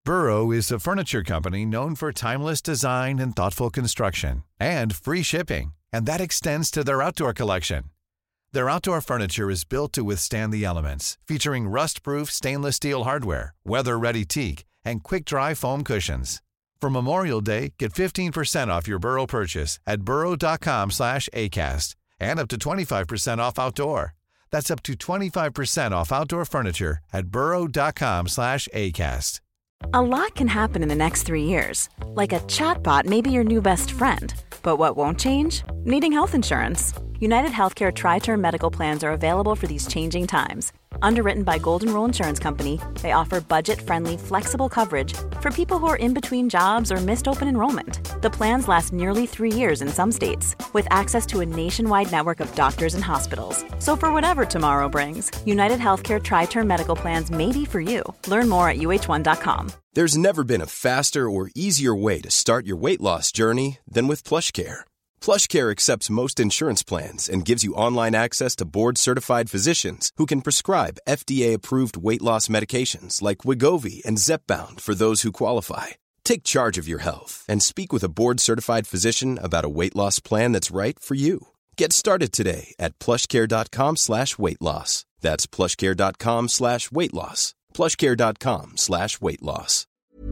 Burrow is a furniture company known for timeless design and thoughtful construction, and free shipping, and that extends to their outdoor collection. Their outdoor furniture is built to withstand the elements, featuring rust-proof stainless steel hardware, weather-ready teak, and quick-dry foam cushions. For Memorial Day, get 15% off your Burrow purchase at burrow.com/acast, and up to 25% off outdoor. That's up to 25% off outdoor furniture at burrow.com/acast. A lot can happen in the next 3 years. Like a chatbot may be your new best friend. But what won't change? Needing health insurance. United Healthcare Tri-Term Medical Plans are available for these changing times. Underwritten by Golden Rule Insurance Company, they offer budget-friendly, flexible coverage for people who are in between jobs or missed open enrollment. The plans last nearly 3 years in some states, with access to a nationwide network of doctors and hospitals. So for whatever tomorrow brings, United Healthcare Tri-Term Medical Plans may be for you. Learn more at uh1.com. There's never been a faster or easier way to start your weight loss journey than with PlushCare. PlushCare accepts most insurance plans and gives you online access to board-certified physicians who can prescribe FDA-approved weight loss medications like Wegovy and Zepbound for those who qualify. Take charge of your health and speak with a board-certified physician about a weight loss plan that's right for you. Get started today at plushcare.com/weightloss. That's plushcare.com/weightloss. plushcare.com/weightloss.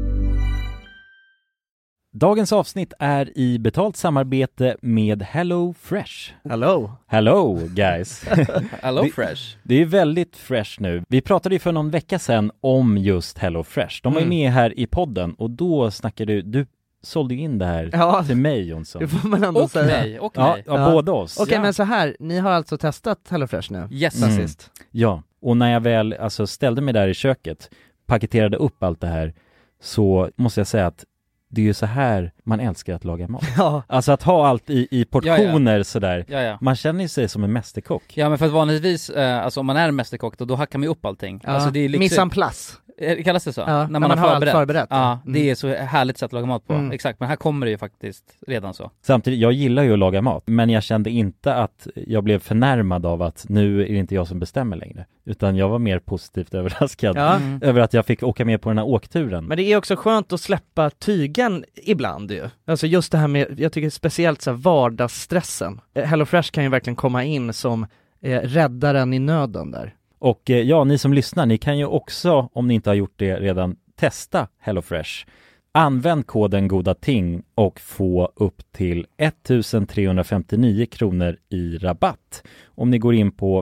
Dagens avsnitt är i betalt samarbete med Hello Fresh. Hello guys. Hello Fresh. Det är väldigt fresh nu. Vi pratade ju för någon vecka sedan om just Hello Fresh. De var ju med här i podden och då snackade du sålde ju in det här till mig, Jonsson. Det får man ändå säga. Mig. Ja, båda oss. Okej, men så här, ni har alltså testat Hello Fresh nu? Yes. Sist. Ja, och när jag väl ställde mig där i köket, paketerade upp allt det här, så måste jag säga att det är ju så här man älskar att laga mat. Ja. Alltså att ha allt i portioner sådär. Ja. Man känner ju sig som en mästerkock. Ja, men för att vanligtvis, alltså om man är en mästerkock då hackar man ju upp allting. Ja. Alltså det är liksom, mise en place. Kallas det så? Ja, när man har förberett. Ja, Mm. det är så härligt sätt att laga mat på. Exakt, men här kommer det ju faktiskt redan så. Samtidigt, jag gillar ju att laga mat, men jag kände inte att jag blev förnärmad av att nu är det inte jag som bestämmer längre. Utan jag var mer positivt överraskad över att jag fick åka med på den här åkturen. Men det är också skönt att släppa tygen ibland ju. Alltså just det här med, jag tycker speciellt så här vardagsstressen. Hello Fresh kan ju verkligen komma in som räddaren i nöden där. Och ja, ni som lyssnar, ni kan ju också, om ni inte har gjort det redan, testa HelloFresh. Använd koden GODATING och få upp till 1359 kronor i rabatt om ni går in på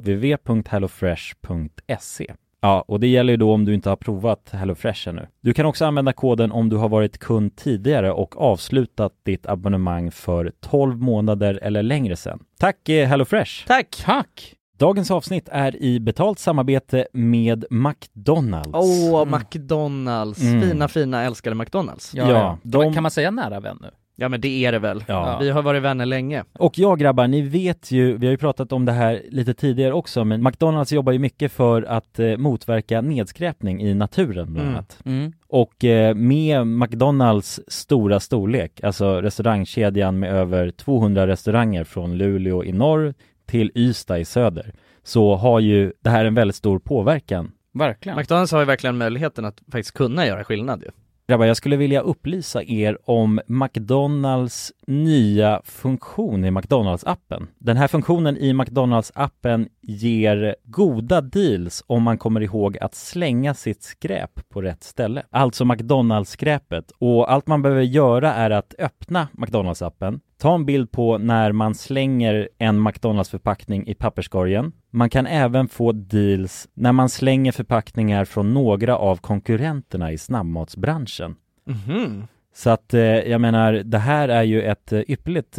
www.hellofresh.se. Ja, och det gäller ju då om du inte har provat HelloFresh ännu. Du kan också använda koden om du har varit kund tidigare och avslutat ditt abonnemang för 12 månader eller längre sedan. Tack HelloFresh! Tack! Dagens avsnitt är i betalt samarbete med McDonalds. McDonalds. Fina, älskade McDonalds. Ja. Kan man säga nära vän nu? Ja, men det är det väl. Ja. Vi har varit vänner länge. Och ja, grabbar, ni vet ju, vi har ju pratat om det här lite tidigare också, men McDonalds jobbar ju mycket för att motverka nedskräpning i naturen bland annat. Och med McDonalds stora storlek, alltså restaurangkedjan med över 200 restauranger från Luleå i norr till Ystad i söder, så har ju det här en väldigt stor påverkan. Verkligen. McDonalds har ju verkligen möjligheten att faktiskt kunna göra skillnad ju. Grabbar, jag skulle vilja upplysa er om McDonalds nya funktion i McDonalds-appen. Den här funktionen i McDonalds-appen ger goda deals om man kommer ihåg att slänga sitt skräp på rätt ställe. Alltså McDonalds-skräpet. Och allt man behöver göra är att öppna McDonalds-appen, ta en bild på när man slänger en McDonalds-förpackning i papperskorgen. Man kan även få deals när man slänger förpackningar från några av konkurrenterna i snabbmatsbranschen. Så att jag menar, det här är ju ett ypperligt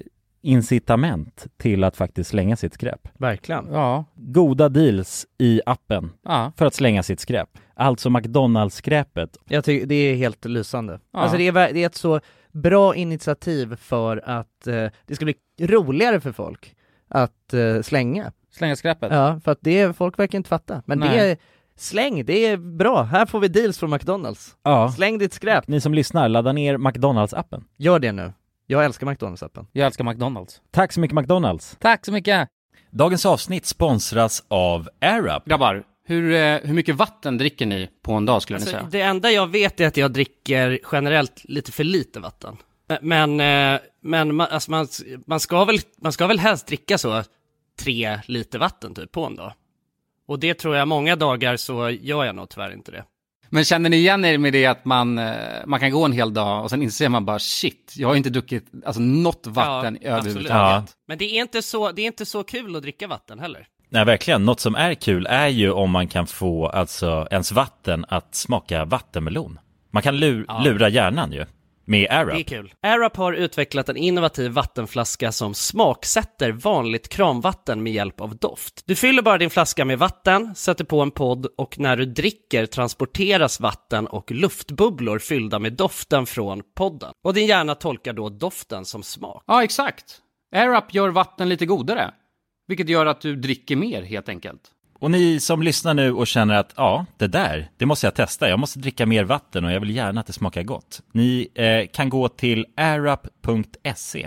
incitament till att faktiskt slänga sitt skräp. Verkligen. Ja. Goda deals i appen för att slänga sitt skräp. Alltså McDonalds-skräpet. Jag tycker det är helt lysande. Ja. Alltså det är ett så bra initiativ för att det ska bli roligare för folk att slänga skräpet. Ja, för att folk verkar inte fatta. Men det är släng, det är bra. Här får vi deals från McDonalds. Ja. Släng ditt skräp. Ni som lyssnar, ladda ner McDonalds-appen. Gör det nu. Jag älskar McDonalds-appen. Jag älskar McDonalds. Tack så mycket McDonalds. Tack så mycket. Dagens avsnitt sponsras av AirUp. Grabbar, Hur mycket vatten dricker ni på en dag skulle ni säga? Det enda jag vet är att jag dricker generellt lite för lite vatten. Men man ska väl helst dricka så 3 liter vatten typ på en dag. Och det tror jag många dagar så gör jag nog tyvärr inte det. Men känner ni igen er med det att man kan gå en hel dag och sen inser man bara shit, jag har inte druckit något vatten överhuvudtaget. Ja. Men det är inte så kul att dricka vatten heller. Nej, verkligen. Något som är kul är ju om man kan få alltså ens vatten att smaka vattenmelon. Man kan lura hjärnan ju med AirUp. Det är kul. AirUp har utvecklat en innovativ vattenflaska som smaksätter vanligt kranvatten med hjälp av doft. Du fyller bara din flaska med vatten, sätter på en podd och när du dricker transporteras vatten och luftbubblor fyllda med doften från podden. Och din hjärna tolkar då doften som smak. Ja, exakt. AirUp gör vatten lite godare, vilket gör att du dricker mer helt enkelt. Och ni som lyssnar nu och känner att det måste jag testa. Jag måste dricka mer vatten och jag vill gärna att det smakar gott. Ni kan gå till airup.se.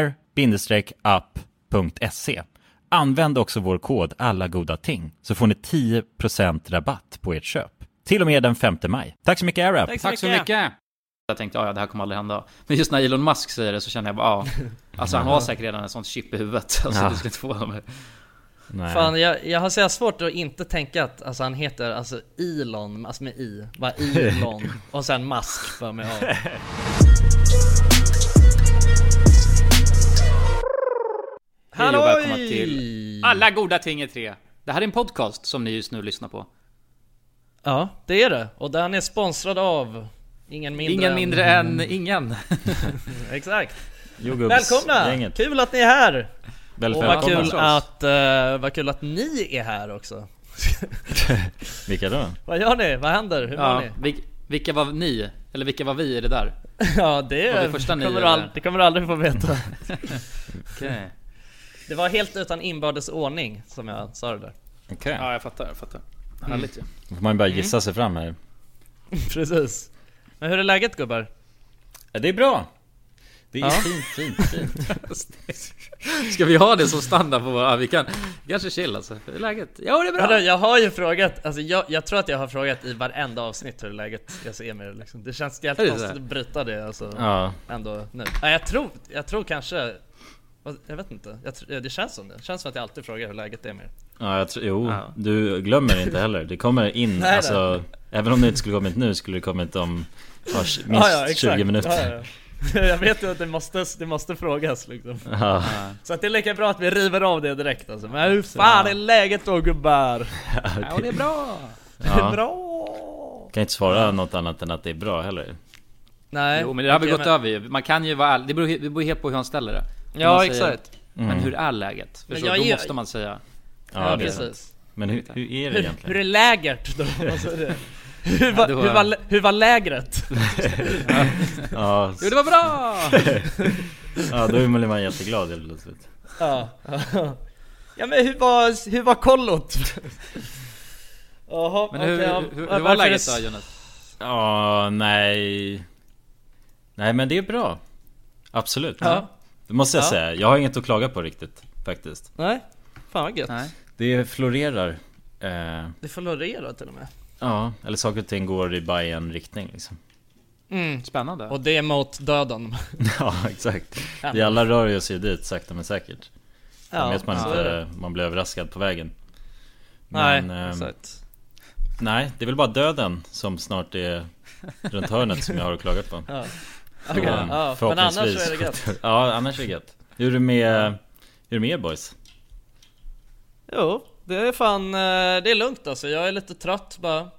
air-up.se. Använd också vår kod alla goda ting så får ni 10% rabatt på ert köp. Till och med den 5 maj. Tack så mycket AirUp. Tack så mycket. Jag tänkte, det här kommer aldrig hända. Men just när Elon Musk säger det så känner jag bara, alltså han har säkert redan en sån chip i huvudet. Alltså du skulle inte få honom. Nej. Fan, jag har så svårt att inte tänka att alltså, han heter Elon, alltså med I, bara Elon och sen Musk för mig av. Hej och välkomna till Alla goda ting är 3. Det här är en podcast som ni just nu lyssnar på. Ja, det är det. Och den är sponsrad av ingen mindre än ingen. Exakt. Välkomna! Gänget. Kul att ni är här. Och vad kul att ni är här också. Vilka då? Vad gör ni? Vad händer? Hur mår ni? Vilka var ni? Eller vilka var vi i det där? Ja, det kommer du aldrig få veta. Okay. Det var helt utan inbördes ordning som jag sa det där. Okay. Ja, jag fattar. Härligt ju. Då får man bara gissa sig fram här. Precis. Men hur är läget, gubbar? Det är bra. Det är fint. Ska vi ha det som standard på våra... Vi kan kanske chill alltså. Hur är läget? Ja, det är bra. Jag har ju frågat, alltså jag tror att jag har frågat i varenda avsnitt hur är läget jag ser med det liksom. Det känns helt konstigt att bryta det alltså, ändå nu. Jag tror kanske, jag vet inte, det känns som det. Det känns som att jag alltid frågar hur läget är med. Ja, du glömmer inte heller. Det kommer in, nej, alltså, även om det inte skulle kommit nu skulle det kommit om minst 20 minuter. Ja. Jag vet ju att det måste frågas liksom. Så att det är lika bra att vi river av det direkt alltså. Men hur fan är läget då, gubbar? Ja, det är bra. Det är bra. Kan inte svara något annat än att det är bra heller. Nej. Jo, men det har vi gått över ju. Man kan ju vara det beror helt på hur han ställer det. Ja, exakt. Men hur är läget? För då måste man säga. Ja, precis. Men hur är det egentligen? Hur är läget då? Hur var lägret? Jo, det var bra. Ja, då är man jätteglad helt plötsligt. Ja, men hur var kollot? Men hur var läget då, Jonas? Nej, men det är bra. Absolut. Det måste jag säga. Jag har inget att klaga på riktigt faktiskt. Nej, fan vad gött. Nej. Det florerar. Det florerar till och med. Ja, eller saker och ting går i bara en riktning liksom. Spännande. Och det är mot döden. Ja, exakt. Vi alla rör oss ju dit sakta men säkert. Ja, vet man inte, man blir överraskad på vägen. Men, exakt. Nej, det är väl bara döden som snart är runt hörnet som jag har klagat på. Ja. Men annars är det gött. Ja, annars är det gött. Hur är det med boys? Jo, det är fan, det är lugnt alltså. Jag är lite trött bara.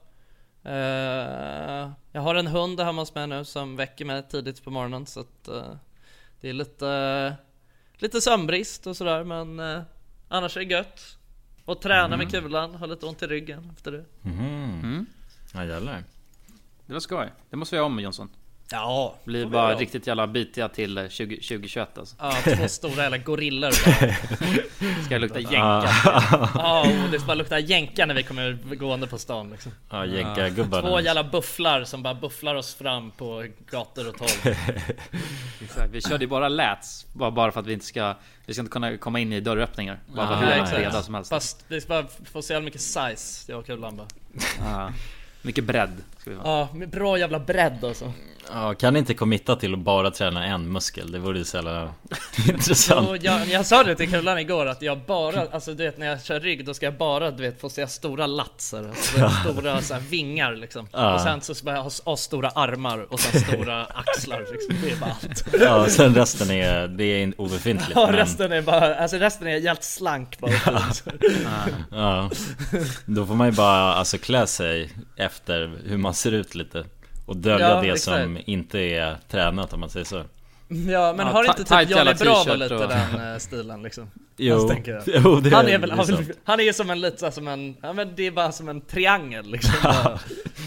Jag har en hund hemma hos mig nu som väcker mig tidigt på morgonen. Så att det är lite sömnbrist och sådär. Men annars är det gött. Och träna med kulan, har lite ont i ryggen efter det. Ja, jävlar. Det var skoj. Det måste vi ha om med Jonsson. Ja, blir bara riktigt jävla bitiga till 2021 alltså. Ja, 2 stora jävla gorillor. Ska lukta jänka. Ja, det ska bara lukta jänka när vi kommer gående på stan liksom. Ja, jänka-gubbarna. 2 jävla bufflar som bara bufflar oss fram på gator och torg. Exakt, vi körde ju bara läts bara för att vi ska inte kunna komma in i dörröppningar. Bara hur som helst. Fast vi ska bara få se all mycket size. Det var kul, Lamba. Mycket bredd ska vi ha. Ja, med bra jävla bredd alltså. Ja, kan inte committa till att bara träna en muskel. Det vore ju så jävla intressant. Jag sa det till Kulan igår att jag bara, alltså du vet när jag kör rygg då ska jag bara, du vet, få se stora latsar, stora så här vingar liksom. Och sen så ska jag ha stora armar och sen stora axlar liksom. Det är bara allt. Ja, sen resten är obefintligt. Ja, resten är bara, alltså resten är helt slank bara. Ja. Då får man ju bara alltså klä sig efter hur man ser ut lite och dölja det som inte är tränat, om man säger så. Ja, men har inte typ Johnny Bravo lite den stilen liksom? Jo, han är som en lite som en, ja men det är bara som en triangel liksom. Ja.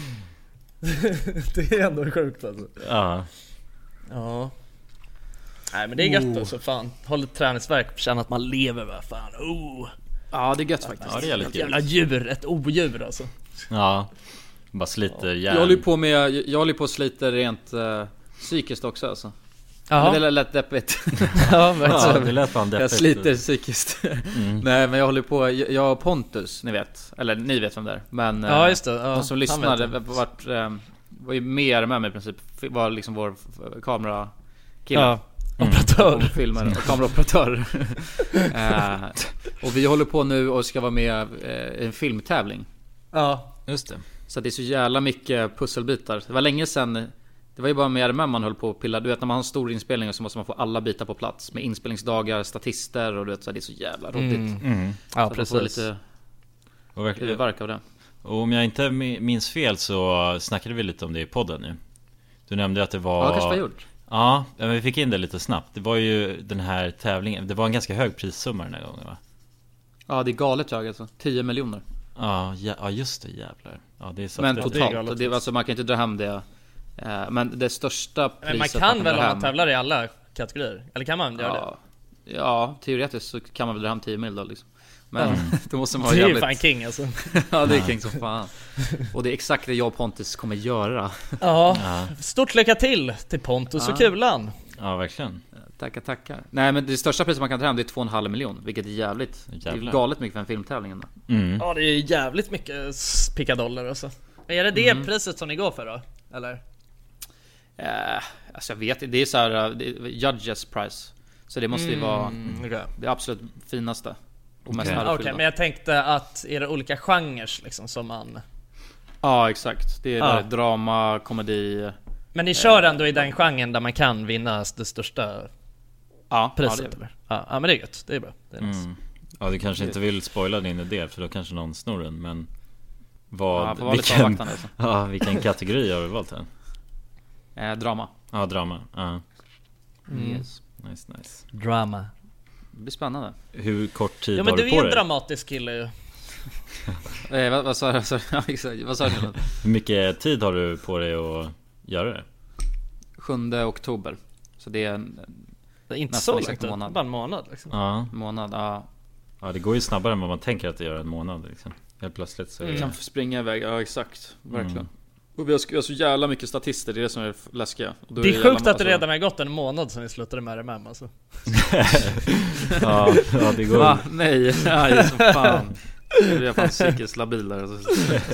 Det är ändå sjukt alltså. Ja. Nej men det är gött alltså, fan. Håll ett träningsverk, känna att man lever, vad fan. Ja, det är gött faktiskt. Ja, det är lite ett jävla djur, ett odjur alltså. Ja. Bara sliter järn. Jag håller på att slita rent psykiskt också alltså. Det är lätt deppigt. Det lät fan deppigt. Jag sliter psykiskt. Nej, men jag håller på. Jag och Pontus, ni vet. Eller ni vet vem det är. Men ja, just det. De som lyssnade var ju mer med mig i princip. Var liksom vår kamerakille. Ja. Operatör. Och kameraoperatör. Och vi håller på nu och ska vara med i en filmtävling. Ja, just det. Så det är så jävla mycket pusselbitar. Det var länge sedan. Det var ju bara med RMM man höll på att pilla. Du vet när man har en stor inspelning så måste man få alla bitar på plats. Med inspelningsdagar, statister och du vet så det är så jävla roligt. Ja, så precis. Lite huvudvärk av det. Och om jag inte minns fel så snackade vi lite om det i podden nu. Du nämnde att det var... Ja, kanske var gjort. Ja, men vi fick in det lite snabbt. Det var ju den här tävlingen. Det var en ganska hög prissumma den här gången, va? Ja, det är galet hög alltså. 10 miljoner. Ja, just det, jävlar. Ja, det är så. Men totalt, det är alltså, man kan inte dra hem det. Men det största priset. Men man kan väl om man tävlar i alla kategorier? Eller kan man göra det? Ja, teoretiskt så kan man väl dra hem 10 mil då liksom. Men då måste man ha jävligt... Det är fan king alltså. Ja, det är king som fan. Och det är exakt det jag och Pontus kommer göra. Ja, stort lycka till Pontus och Kulan. Ja, verkligen. Tackar. Nej, men det största priset man kan ta hem det är 2,5 miljoner. Vilket är jävligt. Det är galet mycket för en filmtävling ändå. Ja, det är jävligt mycket pickadollar alltså. Är det priset som ni går för då? Eller? Alltså jag vet inte. Det är så här judges price. Så det måste ju vara det absolut finaste. Okej, men jag tänkte att är det olika genrer liksom som man... Ja, exakt. Det är drama, komedi. Men ni kör ändå i den genren där man kan vinna det största priset? Ja, men det är gött. Det är bra. Det är nice. Ja, du kanske inte vill spoila din idé för då kanske någon snor den. Men vilken kategori har du valt här? Drama. Ja, drama. Yes. Nice. Drama. Det blir spännande. Hur kort tid har du på dig? Ja, men du är en dramatisk kille ju. Vad sa du? Ja, exakt. Vad sa du? Hur mycket tid har du på dig att göra det? 7 oktober. Så det är inte så långt, bara en månad liksom. Ja. Månad, ja. Ja, det går ju snabbare än vad man tänker att det gör en månad liksom. Helt plötsligt så är det... kan springa iväg, ja exakt. Verkligen. Och vi har så jävla mycket statister, det är det som är läskiga. Det är sjukt att det redan har gått en månad sedan vi slutade med RMM alltså. ja, det går. Va? Nej, ja, som fan. Det är fan psykiskt labilare alltså.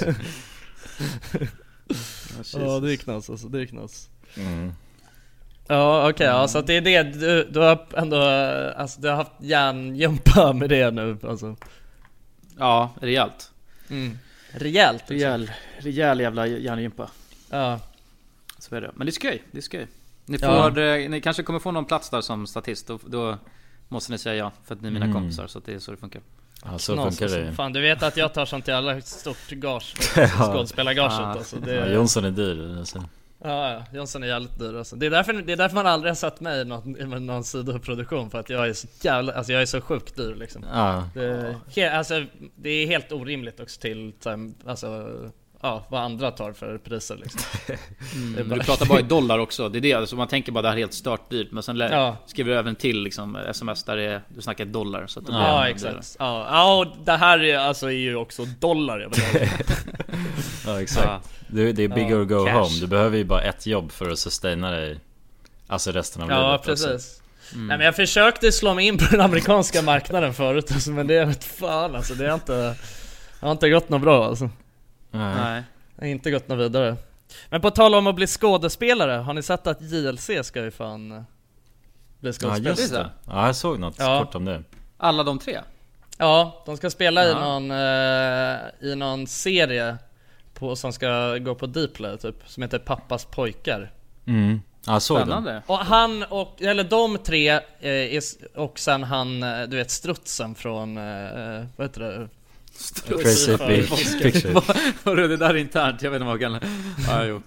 Ja, det är knas alltså, det är knas. Ja, okej, så att det är det du har ändå, alltså du har haft järnjumpa med det nu alltså. Ja, rejält. Rejält. Rejäl jävla järngympa. Ja. Så är det. Men det är skoj. Ni får ni kanske kommer få någon plats där som statist. Då måste ni säga ja för att ni är mina kompisar, så att det är så det funkar. Ja, så funkar det. Fan, du vet att jag tar sånt jävla stort gage. Skådespelargaget alltså. Jonsson är dyr alltså. Ja, Jonsson är jävligt dyr alltså. Det är därför man aldrig har satt mig i någon sidoproduktion, för att jag är så jävla, alltså jag är så sjukt dyr liksom. Ja. Det är helt orimligt också till alltså, vad andra tar för priser liksom. Men du pratar bara i dollar också. Det är det, alltså man tänker bara det här är helt stört dyrt. Men sen skriver du även till liksom, sms där du snackar dollar så att det exakt. Ja, och det här är ju också dollar. Ja, exakt. Det är big or go cash. Home. Du behöver ju bara ett jobb för att sustaina dig, alltså resten av livet. Ja, precis. Nej, men jag försökte slå mig in på den amerikanska marknaden förut alltså, men det vet fan alltså, det har inte gått något bra alltså. Nej. Det har inte gått något vidare. Men på tal om att bli skådespelare, har ni sett att JLC ska ju fan bli skådespelare? Ja, just det. Ja, jag såg något kort om det. Alla de 3? Ja, de ska spela i någon serie som ska gå på Dplay typ, som heter Pappas pojkar. Ja, spännande. Och han eller de 3 och sen han, du vet, strutsen från vad heter det? Crazy Picture. Var det där internt? Jag vet inte vad jag kan. Ja, jo.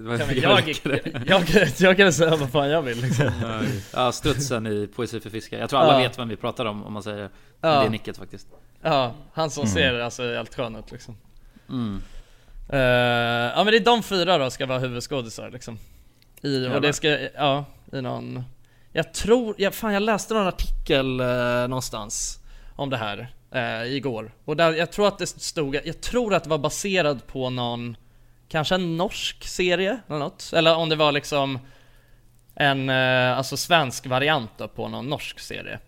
Jag kan säga vad fan jag vill liksom. Ja, strutsen i Poesi för fiskar. Jag tror alla vet vem vi pratar om man säger det är nicket faktiskt. Ja, han som ser alltså helt skön ut liksom. Ja, men det är de 4 då ska vara huvudskådisar liksom. Och det ska i någon, jag läste någon artikel någonstans om det här igår. Och där, jag tror att det var baserad på någon, kanske en norsk serie eller något, eller om det var liksom en alltså svensk variant då, på någon norsk serie.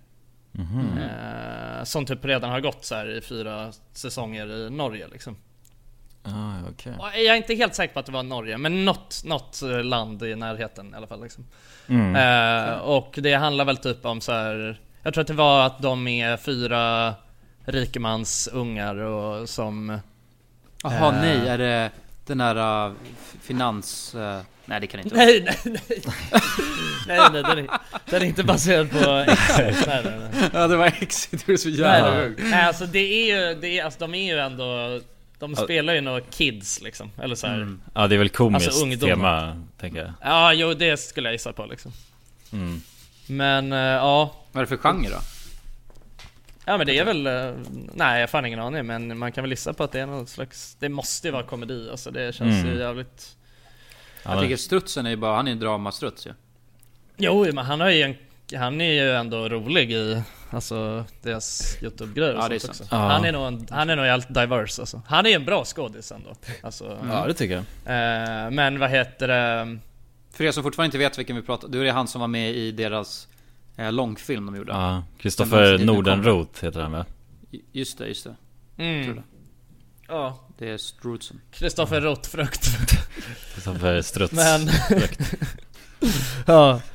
Som typ redan har gått så här i 4 säsonger i Norge liksom. Okay. Jag är inte helt säker på att det var Norge, men något land i närheten i alla fall liksom. Och det handlar väl typ om så här, jag tror att det var att de är 4 rikemans ungar och som nej, är det den här finans nej, det kan inte nej, den är inte baserad på Exit. Ja, det var Exit, det är så jävla högt. Nej, alltså det är alltså de är ju ändå, de spelar ju några kids liksom, eller så här. Ja, det är väl komiskt alltså, tema, tänker jag. Ja, jo, det skulle jag gissa på liksom. Men ja, vad är det för genre då? Ja, men det är väl nej, jag fan ingen aning, men man kan väl gissa på att det är något slags, det måste ju vara komedi alltså, det känns ju jävligt. Jag tycker strutsen är ju bara, han är en dramastruts ju. Jo, men han är ju ändå rolig i alltså deras YouTube-grejer och sånt också. Han är nog helt diverse alltså. Han är en bra skådis ändå alltså, ja, det tycker jag. Men vad heter det? För er som fortfarande inte vet vilken vi pratar, då är det han som var med i deras långfilm de gjorde. Ja, Kristoffer Nordenroth heter han, va? Just det. Tror det. Ja, det är strutsen. Kristoffer Rotfrukt. Kristoffer Struts. Men ja.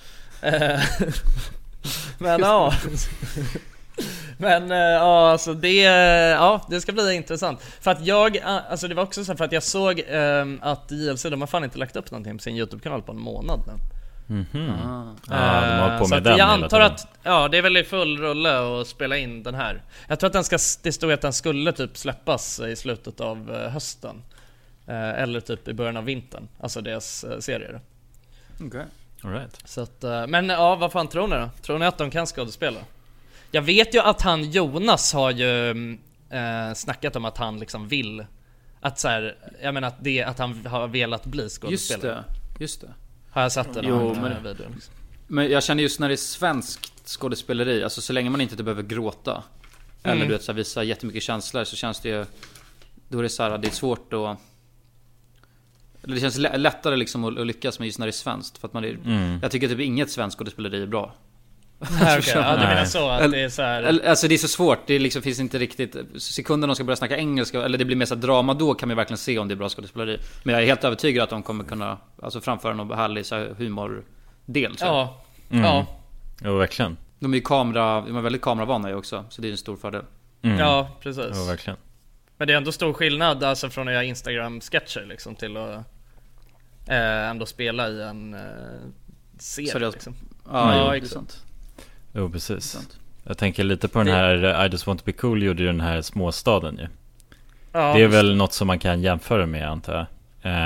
Men ja. Men ja, alltså det ska bli intressant. För att alltså det var också så för att jag såg att JLC, de har fan inte lagt upp någonting på sin YouTube-kanal på en månad nu. De har på med den. Jag antar att det är väl i full rulle och spela in den här. Jag tror att det stod att den skulle typ släppas i slutet av hösten. Eller typ i början av vintern. Alltså deras serier. Okej. All right. Så att, men ja, vad fan tror ni då? Tror ni att de kan skådespela? Jag vet ju att han Jonas har ju snackat om att han liksom vill att så här, jag menar att han har velat bli skådespelare. Just det. Har jag sett det videon liksom. Men jag känner just när det är svenskt skådespeleri, alltså så länge man inte behöver gråta eller du vet så här, visa jättemycket känslor, så känns det ju, då är det så här, det är svårt att, eller det känns lättare liksom att lyckas med just när det är svenskt, för att man är, jag tycker typ inget svenskt skådespeleri är bra. Okay. Ja, du menar så att det är så här. Alltså det är så svårt, det liksom finns inte riktigt sekunder de ska börja snacka engelska, eller det blir mer så drama, då kan man verkligen se om det är bra skådespeleri. Men jag är helt övertygad att de kommer kunna alltså framföra någon härlig så här humordel så. Ja. Jo, verkligen. De är väldigt kameravana ju också, så det är en stor fördel. Ja, precis. Jo, verkligen. Men det är ändå stor skillnad alltså från att göra Instagram-sketcher liksom till att ändå spela i en serie liksom. Ja, exakt. Jo, precis. Jag tänker lite på den här I Just Want To Be Cool gjorde ju den här småstaden ju. Ja, det är väl något som man kan jämföra med, antar jag.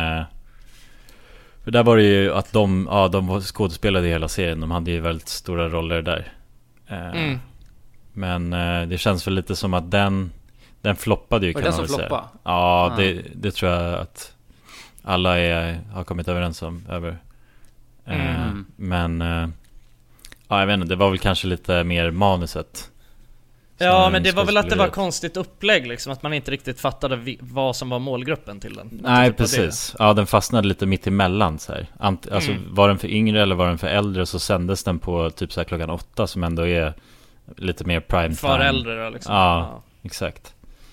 För där var det ju att de skådespelade i hela serien. De hade ju väldigt stora roller där. Men det känns väl lite som att Den floppade ju, kan man väl säga. Ja, det tror jag att alla har kommit överens om över. Men ja, jag vet inte, det var väl kanske lite mer manuset. Ja, men det var väl att det var konstigt upplägg liksom, att man inte riktigt fattade vad som var målgruppen till den. Nej, precis. Ja, den fastnade lite mitt emellan så här. Alltså var den för yngre eller var den för äldre, så sändes den på typ så här 8:00 som ändå är lite mer prime time. För äldre då, liksom. Ja, exakt.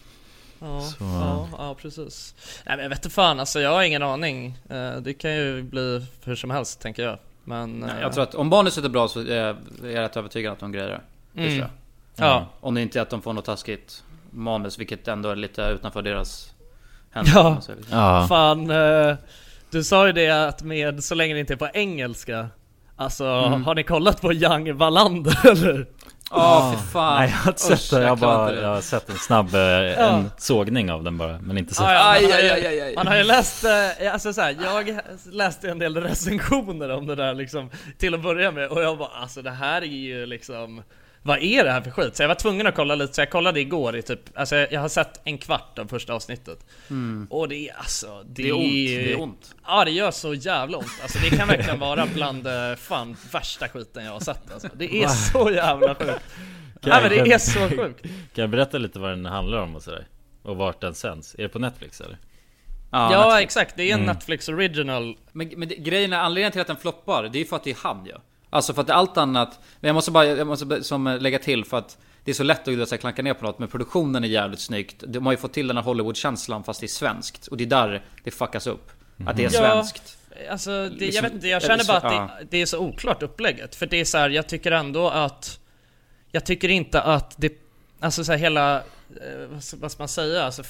Ja, precis. Nej, men jag vet inte fan, alltså jag har ingen aning. Det kan ju bli hur som helst, tänker jag. Men jag tror att om manuset är bra så är jag rätt övertygad att de grejer det. Det tror jag. Ja. Om det inte är att de får något taskigt manus, vilket ändå är lite utanför deras händer. Ja. Fan, du sa ju det att med så länge det inte är på engelska. Alltså, har ni kollat på Young Wallander eller? Fy fan. Nej, jag har inte sett det. Jag har sett en snabb en sågning av den bara, men inte sett. Man har ju läst, alltså så här, jag läste en del recensioner om det där liksom, till att börja med, och jag bara, alltså det här är ju liksom, vad är det här för skit? Så jag var tvungen att kolla lite, så jag kollade igår i typ, alltså jag har sett en kvart av första avsnittet. Och det är alltså, det är ont. Ja, det gör så jävla ont. Alltså det kan verkligen vara bland fan värsta skiten jag har sett alltså. Det är så jävla sjukt. Ja, men det är så sjukt. Kan jag berätta lite vad den handlar om och sådär? Och vart den sänds? Är det på Netflix eller? Ja, Netflix. Exakt, det är en Netflix original. Men grejen är, anledningen till att den floppar, det är för att det är han ju. Alltså för att allt annat, men jag måste som lägga till, för att det är så lätt att klanka ner på något, men produktionen är jävligt snyggt. De har ju fått till den här Hollywood-känslan fast det är svenskt, och det är där det fuckas upp. Att det är svenskt. Alltså jag vet inte, jag känner bara att det är så oklart upplägget. För det är så här, jag tycker ändå att, jag tycker inte att det, alltså så här, hela vad ska man säga, alltså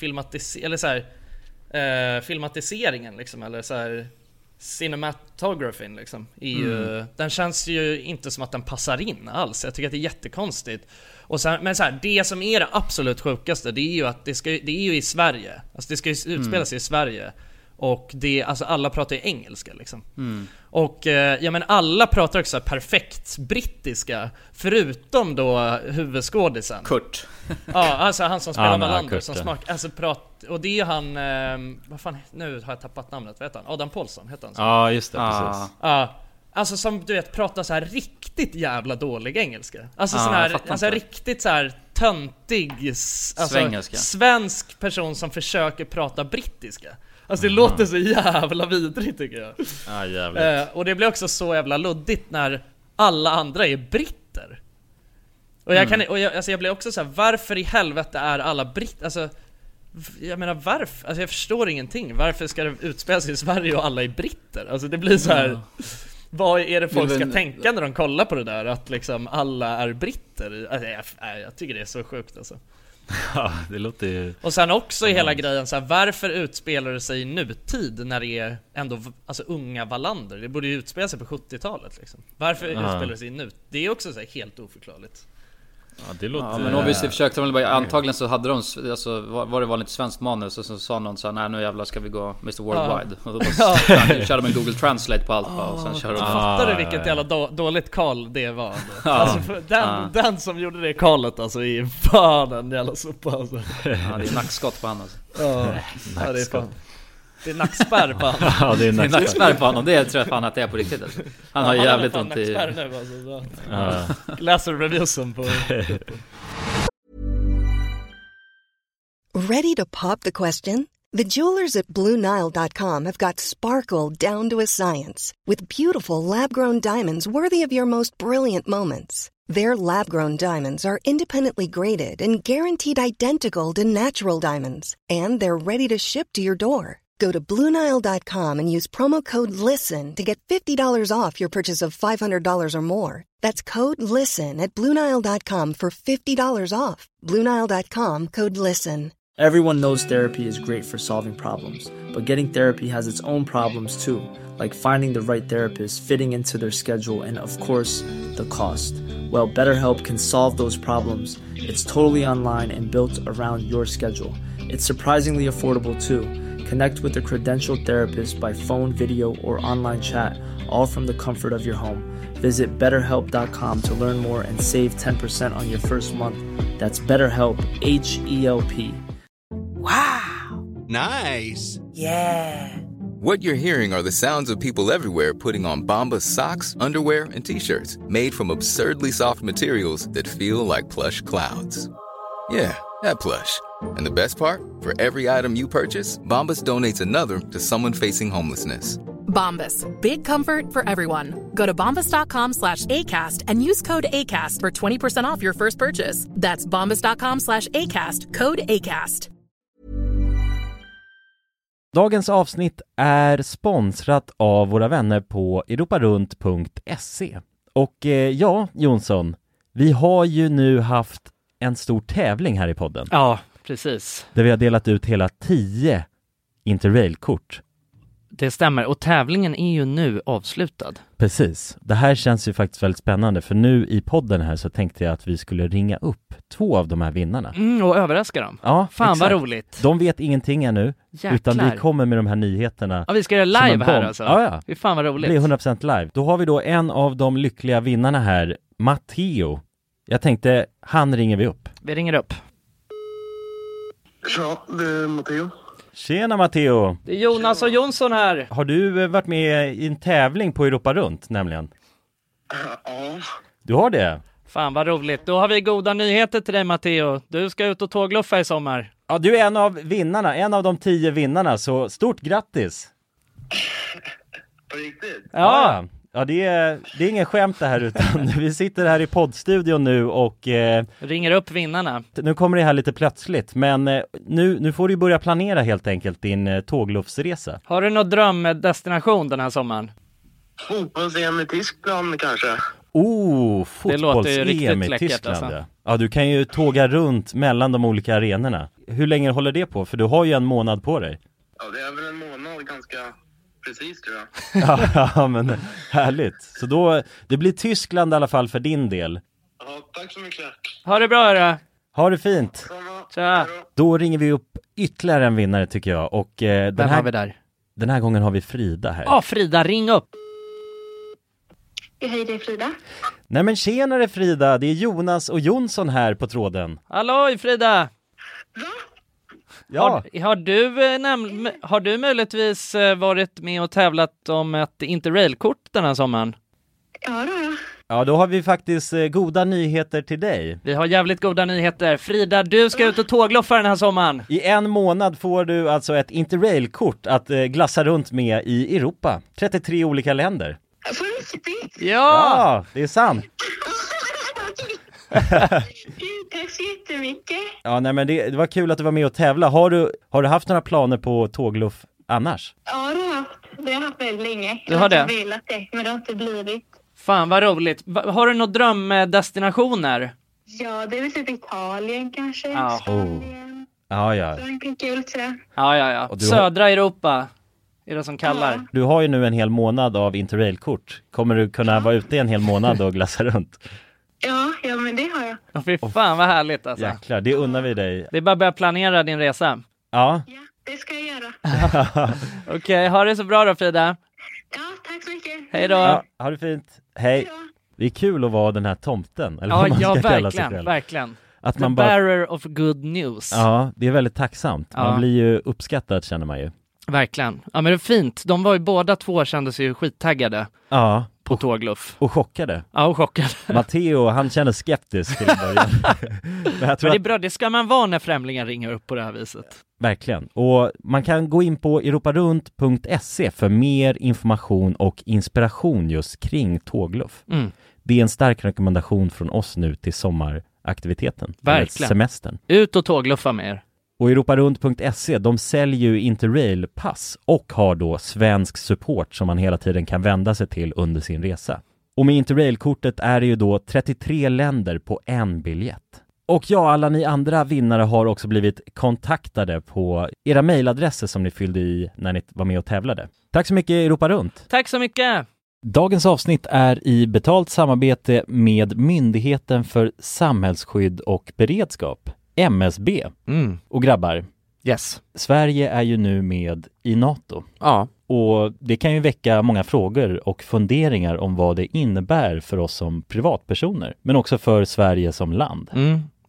filmatiseringen liksom, eller så här cinematografin liksom, den känns ju inte som att den passar in alls. Jag tycker att det är jättekonstigt. Och sen, men så här, det som är det absolut sjukaste, det är ju att det är ju i Sverige. Alltså det ska ju utspela sig i Sverige. Och det, alltså alla pratar ju engelska liksom. Och ja, men alla pratar också perfekt brittiska, förutom då huvudskådisen Kurt. Ja, alltså han som spelar Wallander, som alltså och det är han, vad fan, nu har jag tappat namnet, vad heter han? Adam Paulson heter han så. Ja, just det, precis. Ja, alltså som du vet pratar så här riktigt jävla dålig engelska. Alltså sån här, alltså riktigt så här töntig, alltså svensk person som försöker prata brittiska. Alltså det låter så jävla vidrigt tycker jag. Ja, jävligt. Och det blir också så jävla luddigt när alla andra är britter. Och jag blir också så här, varför i helvete är alla britter? Alltså jag menar varför? Alltså jag förstår ingenting. Varför ska det utspela sig i Sverige och alla är britter? Alltså det blir så här, vad är det folk ska tänka när de kollar på det där, att liksom alla är britter? Alltså, jag tycker det är så sjukt alltså. Ja, det låter ju... Och sen också i hela grejen så här, varför utspelar det sig i nutid när det är ändå alltså unga Wallander? Det borde ju utspela sig på 70-talet liksom. Varför utspelar det sig i nutid? Det är också så här, helt oförklarligt. Ja, det låter... men obviously försökte de bara, antagligen så hade de, alltså var det vanligt svenskt manus, och så sa någon så här, nej nu jävlar ska vi gå Mr. Worldwide. Och då körde de en Google Translate på allt och sen körde de... Fattar du vilket jävla dåligt call det var? Alltså den som gjorde det callet alltså är fan en jävla sopa alltså. Ja, det är nackskott på han alltså. Ja, det är fan. Det är nackspärr på honom. Ja, det är nackspärr på honom. Det tror jag fan att det är på riktigt alltså. Han har jävligt ont i... Nu, alltså, läser reviewsen på... Ready to pop the question? The jewelers at BlueNile.com have got sparkle down to a science with beautiful lab-grown diamonds worthy of your most brilliant moments. Their lab-grown diamonds are independently graded and guaranteed identical to natural diamonds, and they're ready to ship to your door. Go to BlueNile.com and use promo code LISTEN to get $50 off your purchase of $500 or more. That's code LISTEN at BlueNile.com for $50 off. BlueNile.com, code LISTEN. Everyone knows therapy is great for solving problems, but getting therapy has its own problems too, like finding the right therapist, fitting into their schedule, and of course, the cost. Well, BetterHelp can solve those problems. It's totally online and built around your schedule. It's surprisingly affordable too. Connect with a credentialed therapist by phone, video, or online chat, all from the comfort of your home. Visit BetterHelp.com to learn more and save 10% on your first month. That's BetterHelp, H-E-L-P. Nice. Yeah. What you're hearing are the sounds of people everywhere putting on Bombas socks, underwear, and T-shirts made from absurdly soft materials that feel like plush clouds. Yeah, that plush. And the best part? For every item you purchase, Bombas donates another to someone facing homelessness. Bombas. Big comfort for everyone. Go to bombas.com/ACAST and use code ACAST for 20% off your first purchase. That's bombas.com/ACAST. Code ACAST. Dagens avsnitt är sponsrat av våra vänner på europarunt.se. Och ja, Jonsson, vi har ju nu haft en stor tävling här i podden. Ja, precis. Där vi har delat ut hela 10 Interrail-kort. Det stämmer, och tävlingen är ju nu avslutad. Precis. Det här känns ju faktiskt väldigt spännande, för nu i podden här så tänkte jag att vi skulle ringa upp 2 av de här vinnarna. Och överraska dem. Ja, fan exakt. Vad roligt. De vet ingenting ännu. Jäklar. Utan vi kommer med de här nyheterna. Ja, vi ska göra live här alltså. Ja. Det är fan vad roligt. Det blir 100% live. Då har vi då en av de lyckliga vinnarna här, Matteo. Jag tänkte, han ringer vi upp. Vi ringer upp. Ja, det är Matteo. Tjena Matteo! Det är Jonas och Jonsson här. Har du varit med i en tävling på Europa Runt nämligen? Ja. Du har det? Fan vad roligt. Då har vi goda nyheter till dig Matteo. Du ska ut och tågluffa i sommar. Ja, du är en av vinnarna, en av de 10 vinnarna, så stort grattis! På riktigt? Ja, det är ingen skämt det här, utan vi sitter här i poddstudion nu och ringer upp vinnarna. Nu kommer det här lite plötsligt, men nu får du börja planera helt enkelt din tågluffsresa. Har du någon drömdestination den här sommaren? Fotbolls-EM i Tyskland kanske. Fotbolls-EM i Tyskland. Alltså. Ja, du kan ju tåga runt mellan de olika arenorna. Hur länge håller det på? För du har ju en månad på dig. Ja, det är väl en månad ganska precis tror jag. Ja, men härligt. Så då, det blir Tyskland i alla fall för din del. Ja, tack så mycket. Ha det bra då. Ha det fint. Tja. Då ringer vi upp ytterligare en vinnare tycker jag. Och Vem har vi där? Den här gången har vi Frida här. Ja, Frida, ring upp. Hej, det är Frida. Nej men tjenare Frida, det är Jonas och Jonsson här på tråden. Hallå Frida! Va? Ja. Har du möjligtvis varit med och tävlat om ett Interrail-kort den här sommaren? Ja, då. Ja, då har vi faktiskt goda nyheter till dig. Vi har jävligt goda nyheter. Frida, du ska ut och tågluffa den här sommaren. I en månad får du alltså ett Interrail-kort att glassa runt med i Europa. 33 olika länder. På riktigt? Ja, det är sant. Tack så jättemycket. Ja, nej men det var kul att du var med och tävla. Har du haft några planer på tågluff annars? Ja, det har jag haft. Det har jag haft väldigt länge. Du har det? Jag har velat det, men det har inte blivit. Fan vad roligt. Har du några drömdestinationer? Ja, det är väl typ Italien kanske. Ja. Spanien. Ja. Kul sådär. Ja. Södra Europa är det som kallar. Ja. Du har ju nu en hel månad av Interrail-kort. Kommer du kunna vara ute en hel månad och glassa runt? Ja, men det har jag. Fy fan vad härligt alltså. Jäklar, det unnar vi dig. Det är bara att börja planera din resa. Ja. Ja, det ska jag göra. Okej, ha det så bra då Frida. Ja, tack så mycket. Hej då. Ja, ha det fint. Hej. Det är kul att vara den här tomten. Eller vad man ska kalla sig själv. Verkligen. Att The man bara... bearer of good news. Ja, det är väldigt tacksamt. Man blir ju uppskattad känner man ju. Verkligen. Ja, men det är fint. De var ju båda två, kände sig ju skittaggade. Ja. På tågluff. Och chockade. Ja, och chockade. Matteo, han känner skeptisk till början. Men det är bra, det ska man vara när främlingar ringer upp på det här viset. Verkligen. Och man kan gå in på europarunt.se för mer information och inspiration just kring tågluff. Det är en stark rekommendation från oss nu till sommaraktiviteten. Verkligen. Semestern. Ut och tågluffa med er. Och europarunt.se, de säljer ju Interrail-pass och har då svensk support som man hela tiden kan vända sig till under sin resa. Och med Interrail-kortet är det ju då 33 länder på en biljett. Och ja, alla ni andra vinnare har också blivit kontaktade på era mejladresser som ni fyllde i när ni var med och tävlade. Tack så mycket Europa Runt! Tack så mycket! Dagens avsnitt är i betalt samarbete med Myndigheten för samhällsskydd och beredskap, MSB. Och grabbar, yes. Sverige är ju nu med i NATO. Ja. Och det kan ju väcka många frågor och funderingar om vad det innebär för oss som privatpersoner, men också för Sverige som land.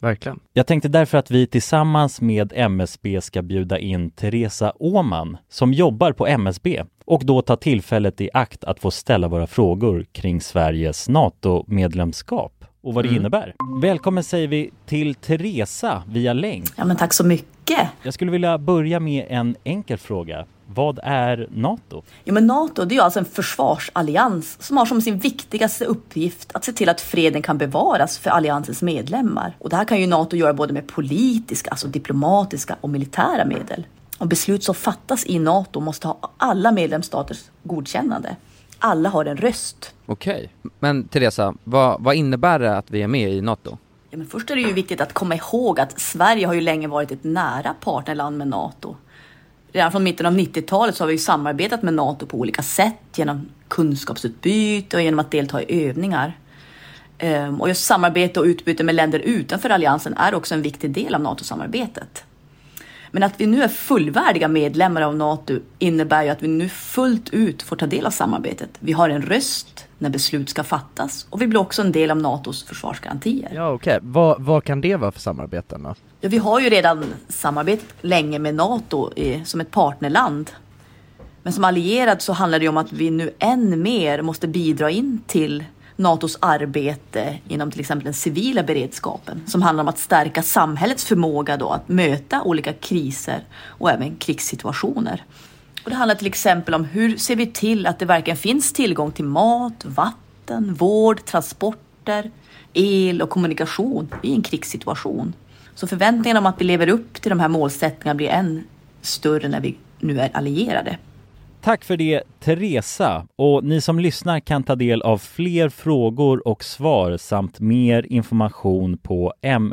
verkligen. Jag tänkte därför att vi tillsammans med MSB ska bjuda in Teresa Åman som jobbar på MSB och då ta tillfället i akt att få ställa våra frågor kring Sveriges NATO-medlemskap och vad det innebär. Välkommen säger vi till Teresa via länk. Ja, men tack så mycket. Jag skulle vilja börja med en enkel fråga. Vad är NATO? Ja, men NATO, det är ju alltså en försvarsallians som har som sin viktigaste uppgift att se till att freden kan bevaras för alliansens medlemmar. Och det här kan ju NATO göra både med politiska, alltså diplomatiska och militära medel. Och beslut som fattas i NATO måste ha alla medlemsstaters godkännande. Alla har en röst. Okej. Men Teresa, vad innebär det att vi är med i NATO? Ja, men först är det ju viktigt att komma ihåg att Sverige har ju länge varit ett nära partnerland med NATO. Redan från mitten av 90-talet så har vi ju samarbetat med NATO på olika sätt genom kunskapsutbyte och genom att delta i övningar. Och just samarbete och utbyte med länder utanför alliansen är också en viktig del av NATO-samarbetet. Men att vi nu är fullvärdiga medlemmar av NATO innebär ju att vi nu fullt ut får ta del av samarbetet. Vi har en röst när beslut ska fattas och vi blir också en del av NATOs försvarsgarantier. Ja, okej. Vad kan det vara för samarbeten då? Ja, vi har ju redan samarbetat länge med NATO som ett partnerland. Men som allierad så handlar det om att vi nu än mer måste bidra in till NATOs arbete inom till exempel den civila beredskapen som handlar om att stärka samhällets förmåga då att möta olika kriser och även krigssituationer. Och det handlar till exempel om hur ser vi till att det verkligen finns tillgång till mat, vatten, vård, transporter, el och kommunikation i en krigssituation. Så förväntningarna om att vi lever upp till de här målsättningarna blir än större när vi nu är allierade. Tack för det, Teresa. Och ni som lyssnar kan ta del av fler frågor och svar samt mer information på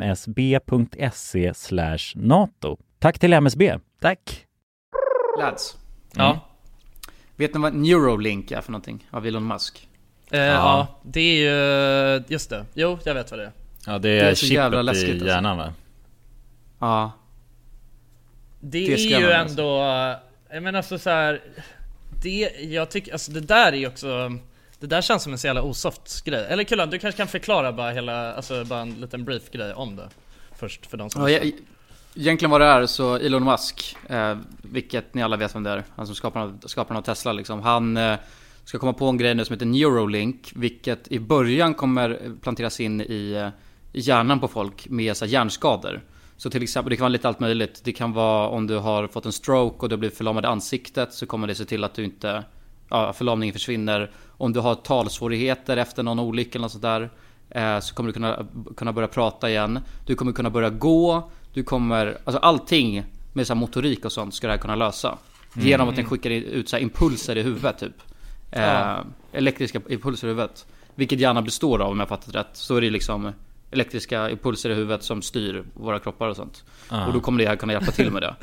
msb.se/NATO. Tack till MSB. Tack. Lads. Ja. Vet ni vad Neuralink är för någonting av Elon Musk? Ja, det är ju... Just det. Jo, jag vet vad det är. Ja, det är chippet i hjärnan, va? Ja. Det är ju ändå... Jag menar så här, jag tycker alltså det där är ju också, det där känns som en så jävla osoft grej. Eller Kulan, du kanske kan förklara bara en liten brief grej om det först för de som egentligen vad det är så Elon Musk, vilket ni alla vet vem det är, han som skaparen av Tesla liksom, han ska komma på en grej nu som heter Neuralink, vilket i början kommer planteras in i hjärnan på folk med så här hjärnskador. Så till exempel, det kan vara lite allt möjligt. Det kan vara om du har fått en stroke och du blir förlamad i ansiktet, så kommer det se till att du inte, förlamningen försvinner. Om du har talsvårigheter efter någon olycka eller något sånt där, så kommer du kunna börja prata igen. Du kommer kunna börja gå. Du kommer, alltså allting med så här motorik och sånt ska det här kunna lösa. Genom att den skickar ut så här impulser i huvudet typ. Elektriska impulser i huvudet. Vilket hjärnan består av, om jag fattat rätt. Så är det liksom elektriska impulser i huvudet som styr våra kroppar och sånt. Och då kommer det här kunna hjälpa till med det.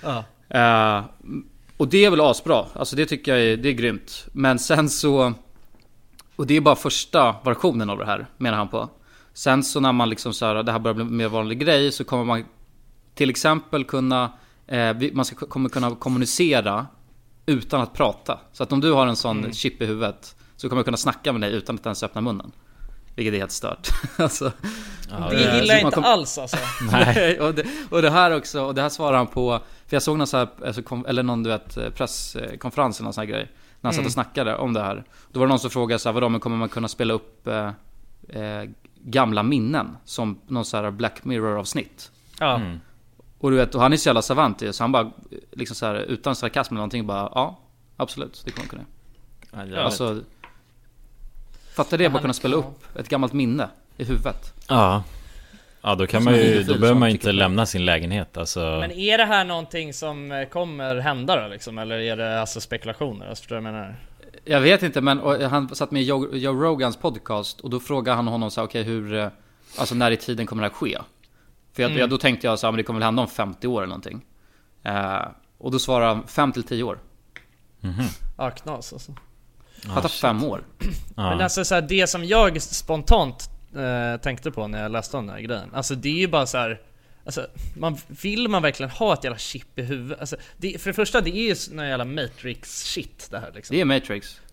Och det är väl asbra. Alltså det tycker jag det är grymt. Men sen så, och det är bara första versionen av det här, menar han på. Sen så när man liksom så här, det här börjar bli mer vanlig grej, så kommer man till exempel kunna kommer kunna kommunicera utan att prata. Så att om du har en sån chip i huvudet, så kommer jag kunna snacka med dig utan att ens öppna munnen. Vilket är helt stört. Alltså, det gillar jag inte alls alltså. Nej. och det här också, och det här svarar han på, för jag såg någon så här, eller någon, du vet, presskonferens eller någon sån här grej, när han satt och snackade om det här. Då var det någon som frågade så här, vadå, men kommer man kunna spela upp gamla minnen som någon så här Black Mirror-avsnitt? Och du vet, och han är så jävla savant i, så han bara liksom så här, utan sarkasm eller någonting, bara ja, absolut, det kommer man kunna. Alltså, fattar det, bara kunna spela upp ett gammalt minne i huvudet. Ja, då kan man ju, då behöver man ju inte lämna sin lägenhet alltså. Men är det här någonting som kommer hända då liksom? Eller är det alltså spekulationer? Alltså, förstår du vad jag menar? Jag vet inte, men han satt med Joe Rogans podcast, och då frågade han honom så här, okej, hur, alltså när i tiden kommer det här ske? För då tänkte jag så här, men det kommer väl hända om 50 år eller någonting. Och då svarade han 5-10 år. Ja, knas alltså. Fattar 5 år. Men alltså så här, det som jag spontant tänkte på när jag läste om den här grejen, alltså det är ju bara så här, alltså, vill man verkligen ha ett jävla chip i huvudet? Alltså, för det första, det är ju någon jävla Matrix shit det här liksom. Det är Matrix.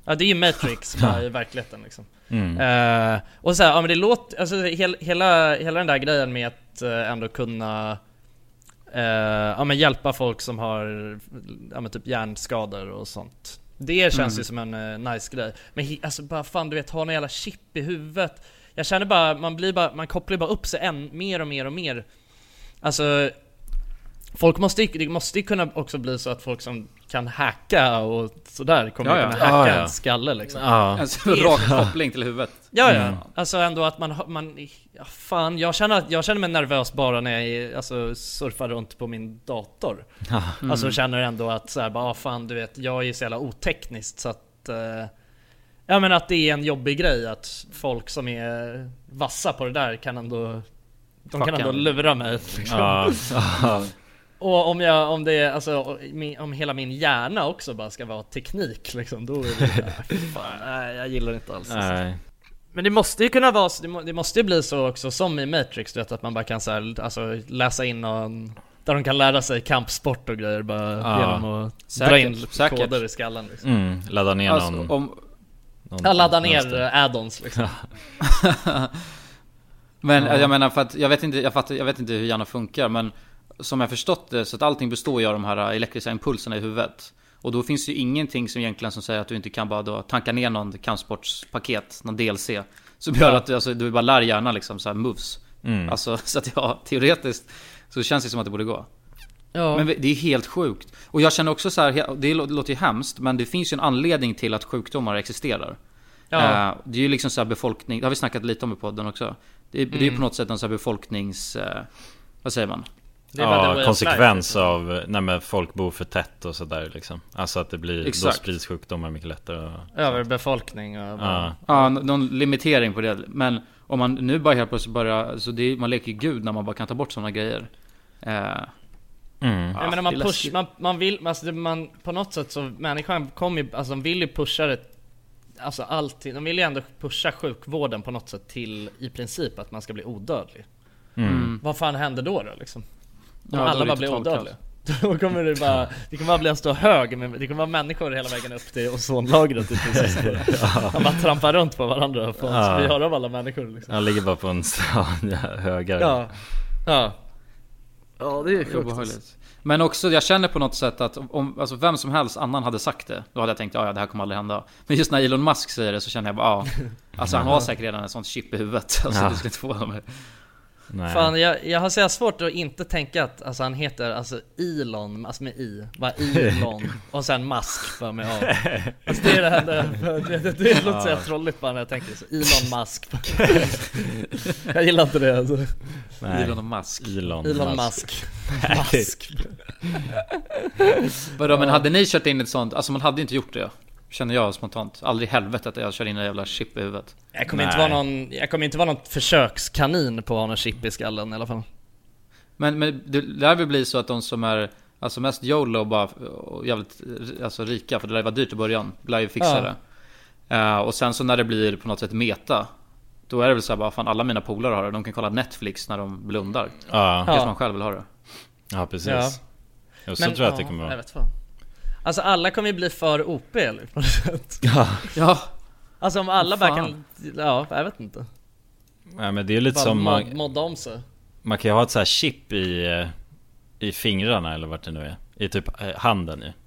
Ja, det är ju Matrix i verkligheten liksom. Och så här, ja men det låter, alltså hela den där grejen med att ändå kunna ja men hjälpa folk som har ja men typ hjärnskador och sånt. Det känns ju som en nice grej. Men alltså bara fan, du vet, ha någon jävla chip i huvudet. Jag känner bara, man kopplar bara upp sig mer och mer. Alltså det måste ju kunna också bli så att folk som kan hacka och sådär kommer kunna hacka en skalle liksom. Alltså rak koppling till huvudet. Alltså ändå att fan, jag känner mig nervös bara när jag alltså surfar runt på min dator. Alltså känner ändå att så här, bara fan, du vet, jag är ju så jävla otekniskt så att jag menar att det är en jobbig grej att folk som är vassa på det där kan ändå lura mig liksom. Och om det är, alltså, om hela min hjärna också bara ska vara teknik liksom, då är det fan, nej, jag gillar inte alls. Men det måste ju kunna vara så, det måste ju bli så också som i Matrix, du vet, att man bara kan så här, alltså, läsa in någon, där de kan lära sig kampsport och grejer bara genom att dra in koder i skallen liksom. Ladda ner alltså, ladda ner add-ons liksom. Men jag menar, för att jag vet inte hur hjärnan funkar, men som jag förstått det, så att allting består ju av de här elektriska impulserna i huvudet. Och då finns det ju ingenting som egentligen som säger att du inte kan bara då tanka ner någon kampsportspaket, någon DLC, som gör att du bara lär hjärnan liksom så här moves. Alltså, så att teoretiskt så känns det som att det borde gå. Men det är helt sjukt. Och jag känner också så här, det låter ju hemskt, men det finns ju en anledning till att sjukdomar existerar. Det är ju liksom så här befolkning, det har vi snackat lite om i podden också. Det är ju på något sätt en så här befolknings vad säger man? Konsekvens av när folk bor för tätt och sådär liksom. Alltså att det blir, då sprids sjukdomar mycket lättare. Överbefolkning och någon limitering på det. Men om man nu bara helt plötsligt börjar, så man leker ju gud när man bara kan ta bort sådana grejer. Jag menar, man vill, alltså man på något sätt så människan kommer ju, alltså de vill ju pusha det, alltså alltid, de vill ju ändå pusha sjukvården på något sätt till i princip att man ska bli odödlig. Vad fan händer då liksom? Om alla bara blir odödliga. Då kommer det kommer bara bli en stor hög, men det kommer vara människor hela vägen upp till ozonlagret i princip. Man bara trampar runt på varandra för att vi hör av alla människor liksom. Jag ligger bara på en högar. Ja, det är sjukt. Men också, jag känner på något sätt att om alltså vem som helst annan hade sagt det, då hade jag tänkt, det här kommer aldrig hända. Men just när Elon Musk säger det så känner jag bara, alltså han har säkert redan en sån chip i huvudet. Alltså du skulle inte få honom. Nej. Fan, jag har så svårt att inte tänka att alltså, han heter alltså Elon, alltså med i, bara Elon och sen Musk för mig av. Alltså det är det här det låter så trolligt bara när jag tänker så Elon Musk. Jag gillar inte det alltså. Nej. Elon och Musk. Elon Musk. Men hade ni kört in ett sånt, alltså man hade inte gjort det. Känner jag spontant. Aldrig i helvete att jag kör in en jävla chip i huvudet. Jag kommer inte vara någon försökskanin på att ha någon chip i skallen i alla fall. Men det lär väl bli så att de som är alltså mest YOLO bara jävligt alltså rika, för det lär vara dyrt i början, lär ju fixa det. Och sen så när det blir på något sätt meta, då är det väl så här bara, fan alla mina polare har det. De kan kolla Netflix när de blundar. Kanske man själv vill ha det. Ja, precis. Jag så tror jag att det kommer vara. Jag vet fan. Alltså alla kommer ju bli för OP på något sätt. Ja. Alltså om alla bara kan, jag vet inte. Nej, men det är lite bara som modda om sig. Man kan ju ha ett så här chip i fingrarna eller vart det nu är. I typ handen ju.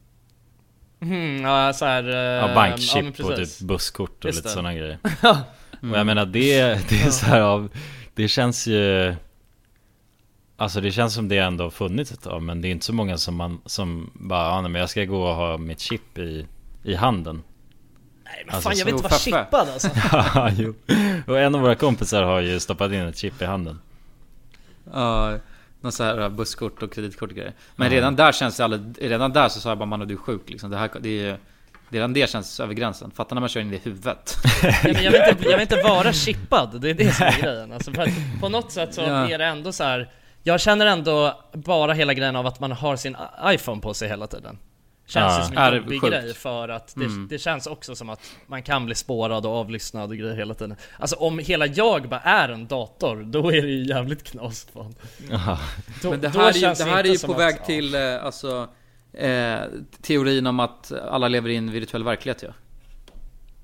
Så här, bankchip på typ busskort och lite sådana grejer. Och jag menar det är så här det känns ju, alltså det känns som det ändå har funnits ett tag, men det är inte så många som bara men jag ska gå och ha mitt chip i handen. Nej men fan, jag vet inte vad chippad alltså. Ja, jo. Och en av våra kompisar har ju stoppat in ett chip i handen. Någon så här busskort och kreditkort och grejer. Men redan där känns det redan där så sa jag bara, man, du är sjuk liksom. Redan det känns över gränsen. Fattar när man kör in det i huvudet. Men jag vill inte vara chippad. Det är det som är grejen alltså, för på något sätt så är det ändå så här. Jag känner ändå bara hela grejen av att man har sin iPhone på sig hela tiden. Känns som en jobbig grej, för att det känns också som att man kan bli spårad och avlyssnad och grejer hela tiden. Alltså om hela jag bara är en dator, då är det ju jävligt knas fan. Men det här är ju på väg till teorin om att alla lever i en virtuell verklighet, ja.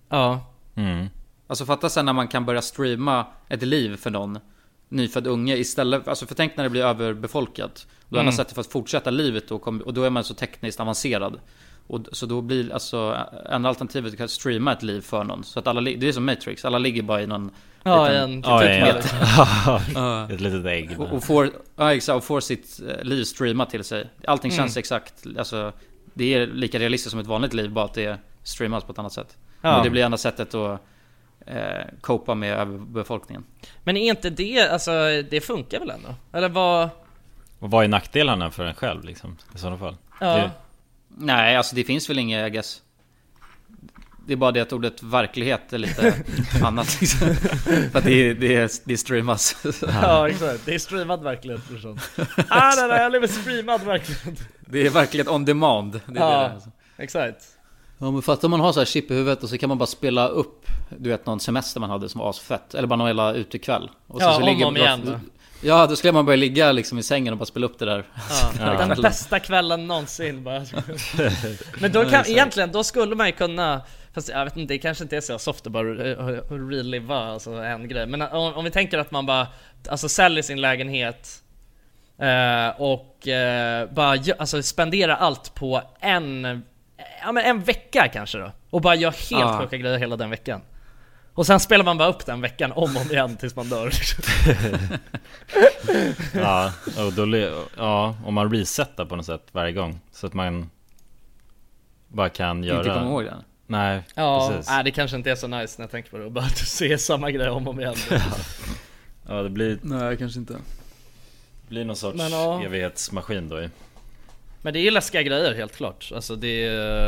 Ja. Alltså fatta sen när man kan börja streama ett liv för någon nyfödd unge istället, alltså för tänk när det blir överbefolkat. Då är man sätt för att fortsätta livet och då är man så tekniskt avancerad. Och så då blir alltså enda alternativet att streama ett liv för någon. Så att alla, det är som Matrix, alla ligger bara i någon ett litet ägg. Och får sitt liv streamat till sig. Allting känns exakt, alltså det är lika realistiskt som ett vanligt liv, bara att det streamas på ett annat sätt. Och det blir enda sättet att copa med överbefolkningen. Men är inte det, alltså det funkar väl ändå? Eller vad? Och vad är nackdelarna för en själv liksom, i sådana fall? Ja. Nej, alltså det finns väl inget, I guess. Det är bara det att ordet verklighet är lite annat liksom. För att det streamas. Ja, exakt. Det är streamad verklighet för sånt. Nej, jag lever streamad verklighet. Det är verkligen on demand. Det är det, alltså. Exakt. Ja, men fattar man har så här chip i huvudet och så kan man bara spela upp, du vet, någon semester man hade som var asfett. Eller bara någon hela utekväll. Och så ligger om igen då. Ja, då skulle man börja ligga liksom i sängen och bara spela upp det där. Den bästa kvällen någonsin bara. Men då kan, egentligen, då skulle man ju kunna, fast jag vet inte, det kanske inte är så soft att bara reliva alltså en grej. Men om vi tänker att man bara alltså säljer sin lägenhet och bara alltså spendera allt på en vecka kanske då. Och bara gör helt sjuka grejer hela den veckan. Och sen spelar man bara upp den veckan om och igen tills man dör. Om man resetar på något sätt varje gång, så att man bara kan göra... Inte komma ihåg den. Nej, precis. Det kanske inte är så nice när jag tänker på det. Bara att se samma grej om och igen. Ja, det blir... Nej, kanske inte. Det blir någon sorts evighetsmaskin då. Men det är ju läskiga grejer, helt klart. Alltså det är...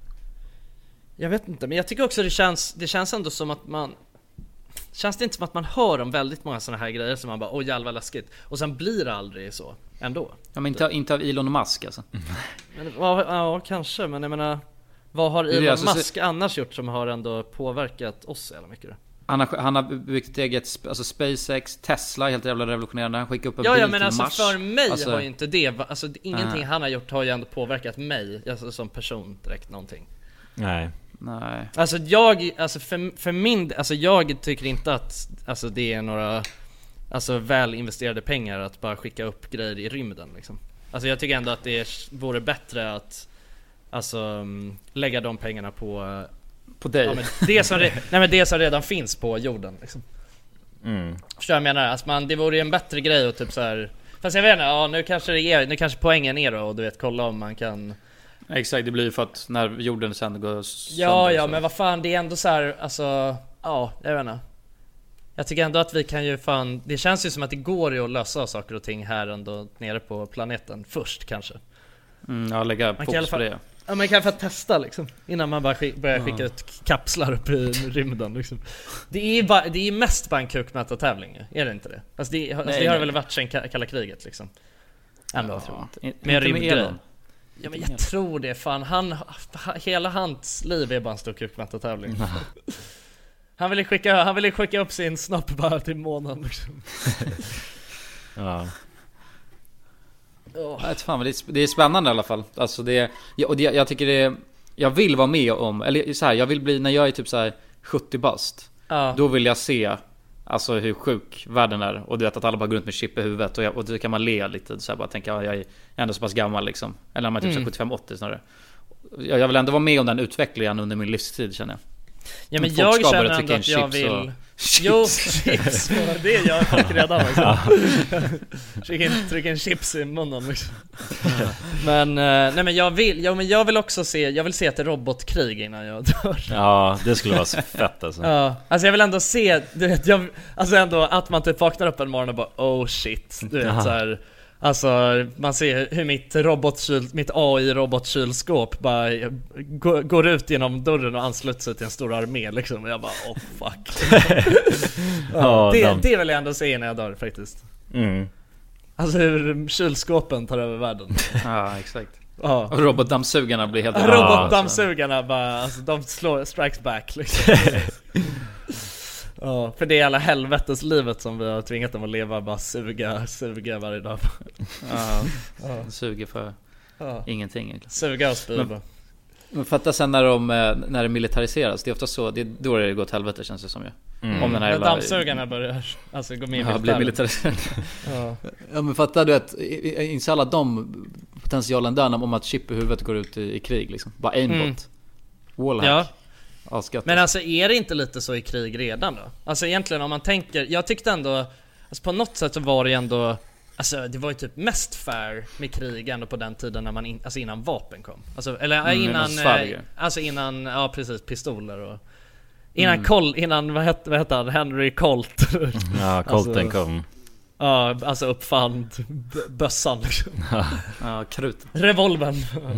Jag vet inte, men jag tycker också det känns ändå som att man... Känns det inte som att man hör om väldigt många sådana här grejer som man bara, jävlar läskigt. Och sen blir det aldrig så ändå. Ja, men inte av Elon Musk alltså. Men, kanske, men jag menar, vad har Elon Musk annars gjort som har ändå påverkat oss eller mycket då? Han har byggt ett eget, alltså SpaceX, Tesla, helt jävla revolutionerande. Han skickar upp en bil men till alltså Mars. För mig har ju inte det, alltså ingenting han har gjort har ju ändå påverkat mig, alltså, som person direkt någonting. Nej. Alltså för min, alltså jag tycker inte att alltså det är några alltså väl investerade pengar att bara skicka upp grejer i rymden liksom. Alltså jag tycker ändå att det vore bättre att alltså lägga de pengarna på dig. Ja, men det som redan finns på jorden liksom. Förstår jag menar? Alltså det vore ju en bättre grej och typ så här. Fast jag vet inte, nu kanske poängen är då, och du vet, kolla om man kan. Exakt, det blir ju för att när jorden sen går sönder. Ja, men vad fan, det är ändå så här, alltså, jag vet inte. Jag tycker ändå att vi kan ju fan, det känns ju som att det går ju att lösa saker och ting här ändå nere på planeten först kanske. Lägga fokus på det. Ja, man kan få testa liksom innan man bara börjar skicka ut kapslar upp i rymden liksom. Det är mest bara en kukmätartävling, är det inte det? Alltså det har väl varit sen kalla kriget liksom. Ändå. Med rymdgrejen. Ja, men jag tror det, fan hela hans liv är bara en stor kukmätartävling. Han ville skicka upp sin snopp bara till månen liksom. Det är spännande i alla fall. Alltså jag tycker jag vill vara med om, eller så här, jag vill bli, när jag är typ så här 70 bast. Då vill jag se alltså hur sjuk världen är, och du vet att alla bara går runt med chip i huvudet, och då kan man le lite så här, bara tänka jag är ändå så pass gammal liksom. Eller när man är typ 75-80 snarare. Jag vill ändå vara med om den utvecklingen under min livstid, känner jag. Ja, men jag känner ändå att jag vill... Chips, det är jag folk redan alltså. Tryck in chips i munnen liksom. Men jag vill också se ett robotkrig innan jag dör. Ja, det skulle vara så fett alltså. Ja, alltså jag vill ändå se, du vet, alltså ändå att man typ vaknar upp en morgon och bara oh shit, du vet så här. Alltså man ser hur mitt AI-robotkylskåp bara går ut genom dörren och ansluter sig till en stor armé liksom. Och jag bara fuck. Det vill jag ändå se när jag dör faktiskt. Alltså hur kylskåpen tar över världen. Ja, exakt. Och robotdammsugarna blir helt... Robotdammsugarna bara, alltså de strikes back liksom. Ja, för det är alla helvetes livet som vi har tvingat dem att leva, bara suga varje dag. Suger för ingenting egentligen. Suga och spy. Men fatta sen när det militariseras. Det är ofta så, då är det gått helvete, känns det som ju. Om den här när dammsugarna börjar alltså gå med i blir militariserad. Ja, men fatta du att inse alla de potentialen där om att chip i huvudet går ut i krig liksom. Bara aimbot. Wallhack. Ja. Men alltså är det inte lite så i krig redan då? Alltså egentligen om man tänker, jag tyckte ändå alltså på något sätt så var det ändå, alltså det var ju typ mest fair med krig ändå på den tiden när man alltså innan vapen kom. Alltså eller innan ja precis, pistoler och innan vad hette han? Henry Colt. Ja, Colten kom. Ja, alltså uppfann bössan liksom. Ja, krut. Revolvern.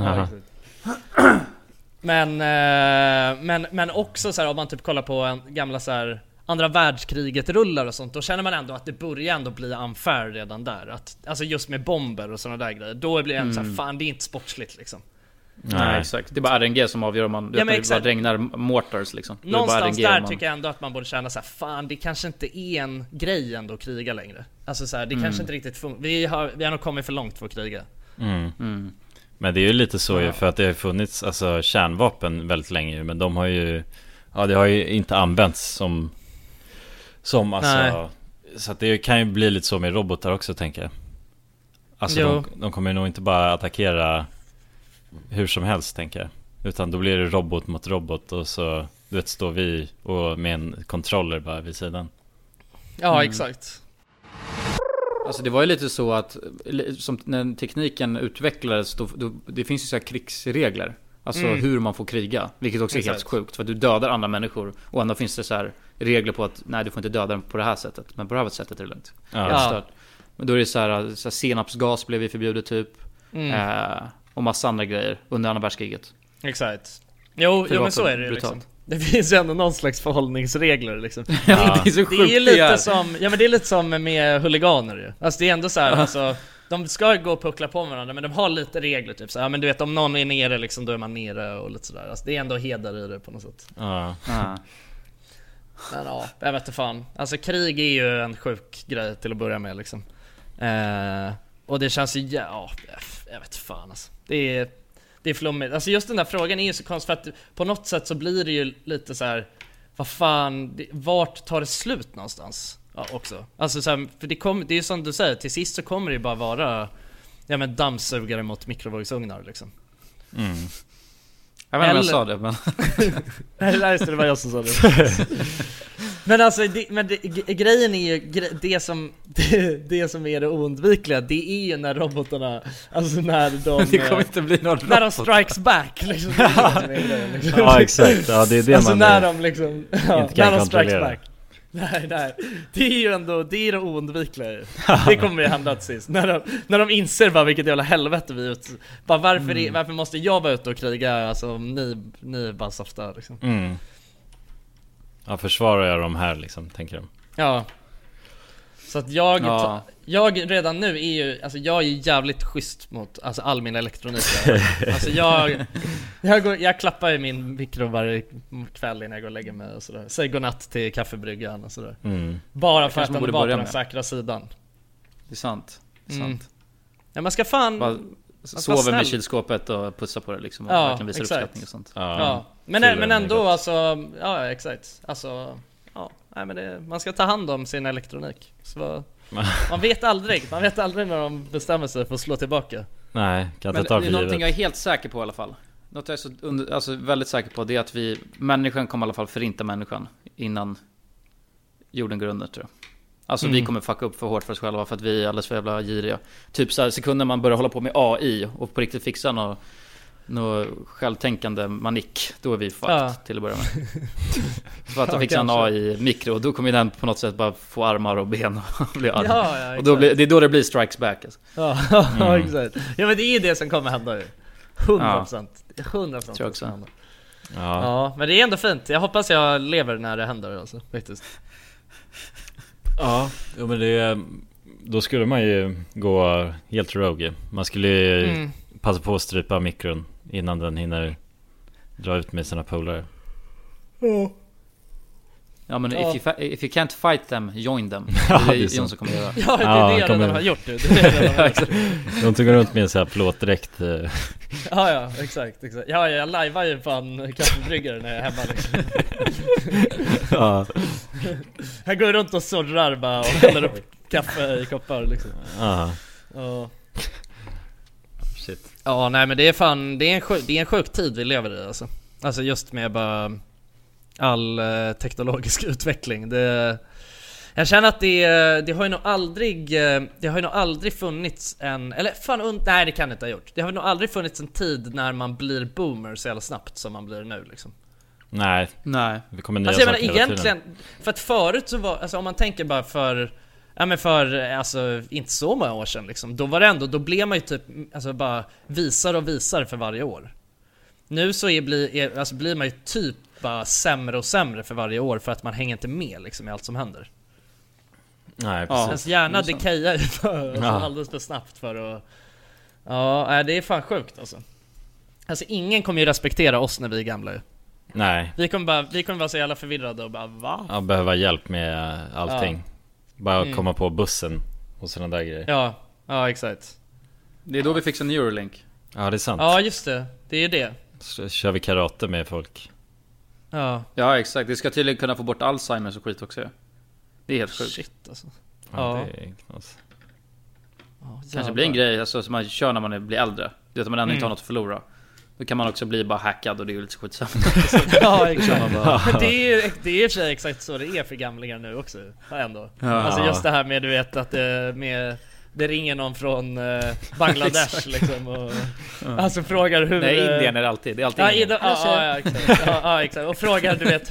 Men också så här, om man typ kollar på en gamla så här andra världskriget rullar och sånt, då känner man ändå att det börjar ändå bli unfair redan där, att alltså just med bomber och såna där grejer, då blir det ändå så här, fan det är inte sportsligt liksom. Nej, exakt. Det är bara RNG som avgör om man bara regnar mortars liksom. Någonstans där tycker jag ändå att man borde känna så här, fan det kanske inte är en grej ändå att kriga längre. Alltså så här, det kanske inte riktigt vi har nog kommit för långt för att kriga. Men det är ju lite så ju, för att det har funnits alltså kärnvapen väldigt länge, men de har ju det har ju inte använts som alltså, så att det kan ju bli lite så med robotar också, tänker jag. Alltså de kommer nog inte bara attackera hur som helst, tänker jag, utan då blir det robot mot robot, och så du vet, står vi och med en controller bara vid sidan. Ja, exakt. Alltså det var ju lite så att som när tekniken utvecklades då det finns ju så här krigsregler. Alltså hur man får kriga, vilket också är helt sjukt, för att du dödar andra människor, och ändå finns det så här regler på att nej, du får inte döda dem på det här sättet, men på det här sättet är det lugnt. Men då är det så här senapsgas blev ju förbjudet typ. Och massa andra grejer under andra världskriget. Exakt. Jo men så är det liksom. Det finns ju ändå någon slags förhållningsregler liksom. Det är så sjukt. Det är lite som, ja men det är lite som med huliganer ju. Alltså det är ändå så här, alltså de ska gå och puckla på varandra, men de har lite regler typ så här, ja men du vet, om någon är nere liksom, då är man nere och lite sådär. Alltså det är ändå heder i det på något sätt. Men ja, jag vet inte fan. Alltså krig är ju en sjuk grej till att börja med liksom. Och det känns ju, jag vet fan alltså. Det är flummigt. Alltså just den där frågan är ju så konstig, för att på något sätt så blir det ju lite så här, vad fan, vart tar det slut någonstans? Ja, också. Alltså så här, för det är ju som du säger, till sist så kommer det ju bara vara dammsugare mot mikrovågsugnar liksom. Jag vet inte om jag sa det, men nej, det var jag som sa det. Men alltså grejen är ju det som är det oundvikliga, det är ju när robotarna, alltså när det kommer inte bli någon när de strikes back liksom. Ja, exakt. Ja, det är det alltså man när de liksom inte kan när de kontrollera. strikes back. Nej. Det är ju ändå det oundvikliga. Det kommer ju hända till sist. När de inser bara vilket jävla helvete vi är ute. Bara varför måste jag vara ute och kriga? Alltså ni bara softar liksom. Ja, försvarar jag de här liksom, tänker de. Ja. Så att jag redan nu är ju, alltså jag är jävligt schysst mot alltså all min elektronik. Alltså jag klappar i min mikro varje kväll innan jag går och lägger mig och sådär. Säg godnatt till kaffebryggan och sådär. Bara för att den var på den säkra sidan. Det är sant. Ja, man ska fan sova med kylskåpet och pussa på det liksom, och verkligen visa uppskattning och sånt. Men ändå alltså, ja exakt. Alltså nej, men man ska ta hand om sin elektronik. Så man vet aldrig när de bestämmer sig för att slå tillbaka. Nej, kan inte ta för det är någonting jag är helt säker på i alla fall. Något jag är så väldigt säker på, det är att människan kommer i alla fall förinta människan innan jorden går under, tror jag. Alltså vi kommer fucka upp för hårt för oss själva, för att vi är alldeles för jävla giriga. Typ så här, sekunder man börjar hålla på med AI och på riktigt fixa något självtänkande manik, då är vi fucked till att börja med. För att fixa en AI-mikro, och då kommer den på något sätt bara få armar och ben och bli arm. Och då det är då det blir strikes back alltså. Ja, exakt. Ja, men det är ju det som kommer hända ju. 100%. 100% tror jag också. Ja, men det är ändå fint. Jag hoppas jag lever när det händer alltså, faktiskt. Ja, men då skulle man ju gå helt rogue. Man skulle ju passa på att strypa mikron innan den hinner dra ut med sina polare. Ja men if you can't fight them, join them. Ja, det är Jonsson kommer göra. Ja, det är det jag redan har gjort. De tog runt med en sån här plåtdräkt. Ja, exakt. Ja, jag lajvar ju fan kaffebryggare när jag är hemma liksom. Ja. Jag går runt och surrar bara och häller upp kaffe i koppar liksom. Ja. Shit. Ja, nej men det är fan, det är en sjuk tid vi lever i alltså. Alltså just med bara all teknologisk utveckling. Jag känner att det har ju nog aldrig funnits en, eller fan, nej det kan det inte ha gjort. Det har nog aldrig funnits en tid när man blir boomer så jävla snabbt som man blir nu liksom. Nej. Vi kommer nya alltså, saker hela egentligen tiden. För att förut så var, alltså om man tänker bara för alltså inte så många år sedan liksom, då var det ändå, då blev man ju typ alltså bara visare för varje år. Nu så blir man ju typ bara sämre och sämre för varje år för att man hänger inte med liksom i allt som händer. Nej, precis. Ens hjärna decayerar ju alldeles för snabbt för att... Ja, det är fan sjukt alltså. Alltså ingen kommer ju respektera oss när vi är gamla. Nej. Vi kommer vara så jävla förvirrade och bara, va? Ja, behöva hjälp med allting. Bara komma på bussen och sådana där grejer. Ja, exakt. Det är då vi fixar Neuralink. Ja, det är sant. Ja, just det. Det är det. Så kör vi karate med folk. Ja, exakt. Det ska tydligen kunna få bort Alzheimers och skit också. Det är helt sjukt. Shit alltså. Ja, det är knas. Kanske blir en grej alltså, som man kör när man blir äldre. Det är att man ändå inte har något att förlora. Då kan man också bli bara hackad och det är ju lite skitsamt. Ja, exakt. Men det är i och för sig exakt så det är för gamlingar nu också ändå. Alltså just det här med, du vet, att det ringer någon från Bangladesh liksom och alltså frågar hur... Nej, Indien är det alltid. Det är alltid exakt. Och frågar, du vet,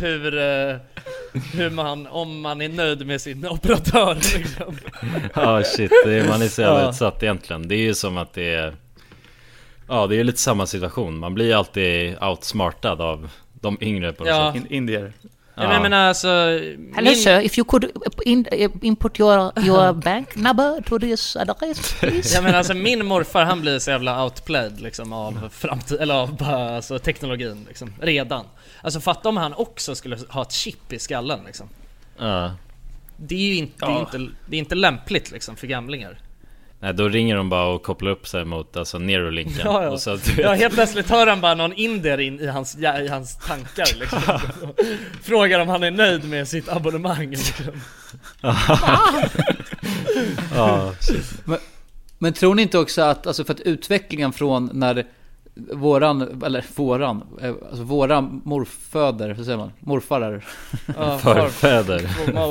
hur om man är nöjd med sin operatör liksom. Ja, shit, man är så jävla utsatt egentligen. Det är ju som att det är... Ja, det är ju lite samma situation. Man blir alltid outsmartad av de yngre på något sätt. Indier. Ja. Jag menar alltså... Hello sir, if you could input your bank number to this address, please. Jag menar alltså, min morfar, han blir så jävla outplayed liksom av framtid, eller av bara, alltså, teknologin liksom, redan. Alltså fatta om han också skulle ha ett chip i skallen liksom. Det är ju inte lämpligt liksom för gamlingar. Nej, då ringer de bara och kopplar upp sig mot alltså Neurolinken. Ja. Och så, helt plötsligt hör han bara någon indier in i hans tankar liksom. Frågar om han är nöjd med sitt abonnemang liksom. Men tror ni inte också att, alltså för att utvecklingen från när våra morföder, hur säger man? Morfarer. Förfäder.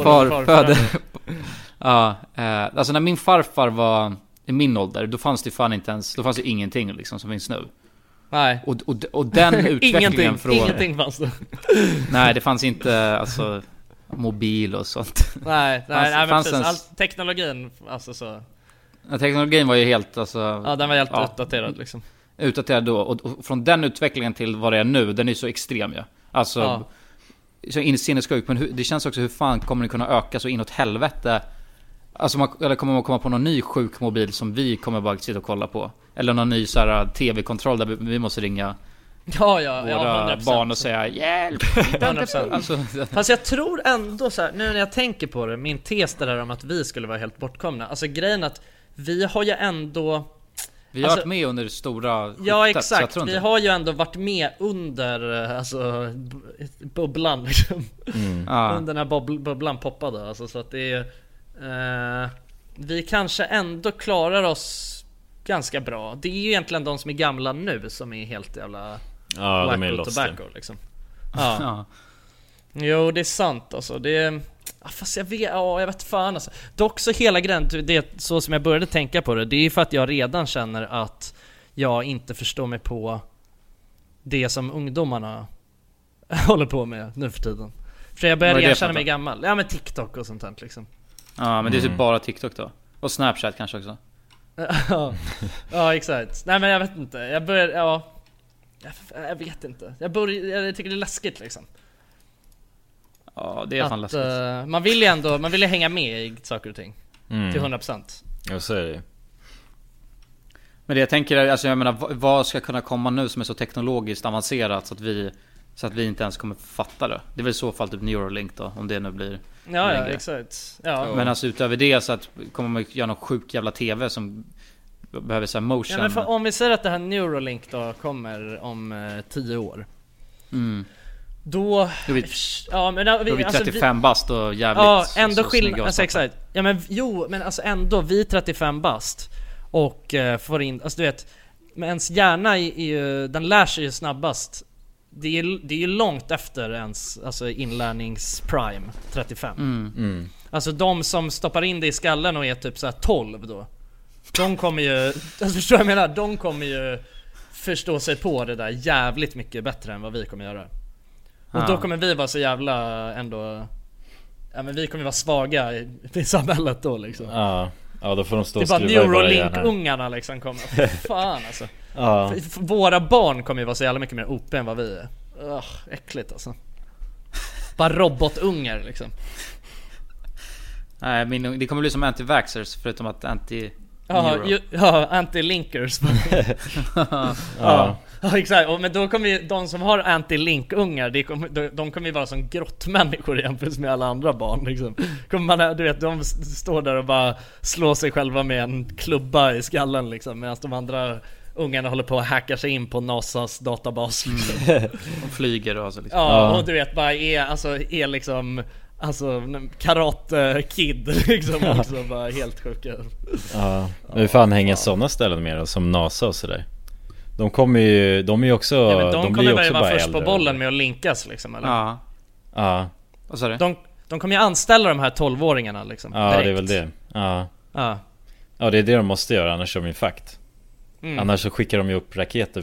Ja, alltså när min farfar var i min ålder, då fanns det fan inte ens, då fanns det ingenting liksom som finns nu. Nej. Och den utvecklingen ingenting fanns det. Nej, det fanns inte alltså mobil och sånt. Nej, men precis, all teknologin alltså så. Ja, teknologin var ju helt alltså, ja, den var helt utdaterad liksom. Utdaterad då, och från den utvecklingen till vad det är nu, den är så extrem ju. Alltså så sinnessjukt, men det känns också, hur fan kommer det kunna öka så inåt helvete? Alltså eller kommer man komma på någon ny sjuk mobil som vi kommer bara sitta och kolla på? Eller någon ny så här tv-kontroll där vi måste ringa våra barn och säga hjälp. 100%. Alltså, fast jag tror ändå så här, nu när jag tänker på det, min tes där om att vi skulle vara helt bortkomna. Alltså grejen att vi har ju ändå... Vi har varit med under stora... Ja, exakt. Vi har ju ändå varit med under alltså, bubblan liksom. Under den här bubblan poppade. Alltså, så att det är... vi kanske ändå klarar oss ganska bra. Det är ju egentligen de som är gamla nu som är helt jävla... Ja, de är tobacco liksom. Ja. Jo, det är sant alltså. Det är... Fast jag vet fan alltså. Dock så hela grejen, det så som jag började tänka på det, det är för att jag redan känner att jag inte förstår mig på det som ungdomarna håller på med nu för tiden. För jag börjar redan känna mig gammal. Ja, men TikTok och sånt här liksom. Ja, men det är typ bara TikTok då. Och Snapchat kanske också. Ja, exakt. Nej, men jag vet inte. Jag vet inte. Jag tycker det är läskigt liksom. Ja, det är fan läskigt. Man vill ju hänga med i saker och ting till 100%. Ja, så är det. Men det jag tänker är, alltså jag menar, vad ska kunna komma nu som är så teknologiskt avancerat så att vi Så att vi inte ens kommer fatta det. Det är väl i så fall typ Neuralink då, om det nu blir Ja, längre. exakt. Ja. Men alltså utöver det så att kommer man göra någon sjuk jävla TV som behöver så här motion. Ja, men om vi säger att det här Neuralink då kommer om 10 år. Då vi 35 bast och jävligt. Ja, ändå skillnad, alltså exakt. Ja men men alltså ändå vi 35 bast och får in, alltså du vet, men ens hjärna är ju, den lär sig ju snabbast. Det är ju långt efter ens alltså inlärningsprime 35. Alltså de som stoppar in det i skallen och är typ så här 12 då. De kommer ju, alltså förstår jag menar, de kommer ju förstå sig på det där jävligt mycket bättre än vad vi kommer göra. Och då kommer vi vara så jävla ändå, ja men vi kommer vara svaga i samhället då liksom. Ja, då får de stå och skruva i våra hjärnor. Neuralink-ungarna liksom kommer. Fan alltså. Våra barn kommer ju vara så jävla mycket mer OP än vad vi är. Äckligt alltså. Bara robotungar liksom. Nej, det kommer bli som anti-vaxxers förutom att anti-linkers. Ja, exakt. Men då kommer ju de som har anti-link-ungar, de kommer ju vara som grottmänniskor jämfört med alla andra barn liksom. Kommer man, du vet, de står där och bara slår sig själva med en klubba i skallen liksom, medan de andra ungarna håller på att hacka sig in på NASAs databas liksom. De flyger och så liksom. Ja, och du vet bara är liksom alltså Karate Kid liksom också bara helt sjuka. Ja, hur fan hänger sådana ställen med då, som NASA och sådär? De kommer ju, de är ju också, ja, men de kommer ju vara först äldre på bollen med att linkas liksom, eller? Ja. Vad sa du? De kommer ju anställa de här 12-åringarna liksom. Ja, direkt. det är väl det. Ja, det är det de måste göra, annars är de ju fakt. Annars så skickar de ju upp raketer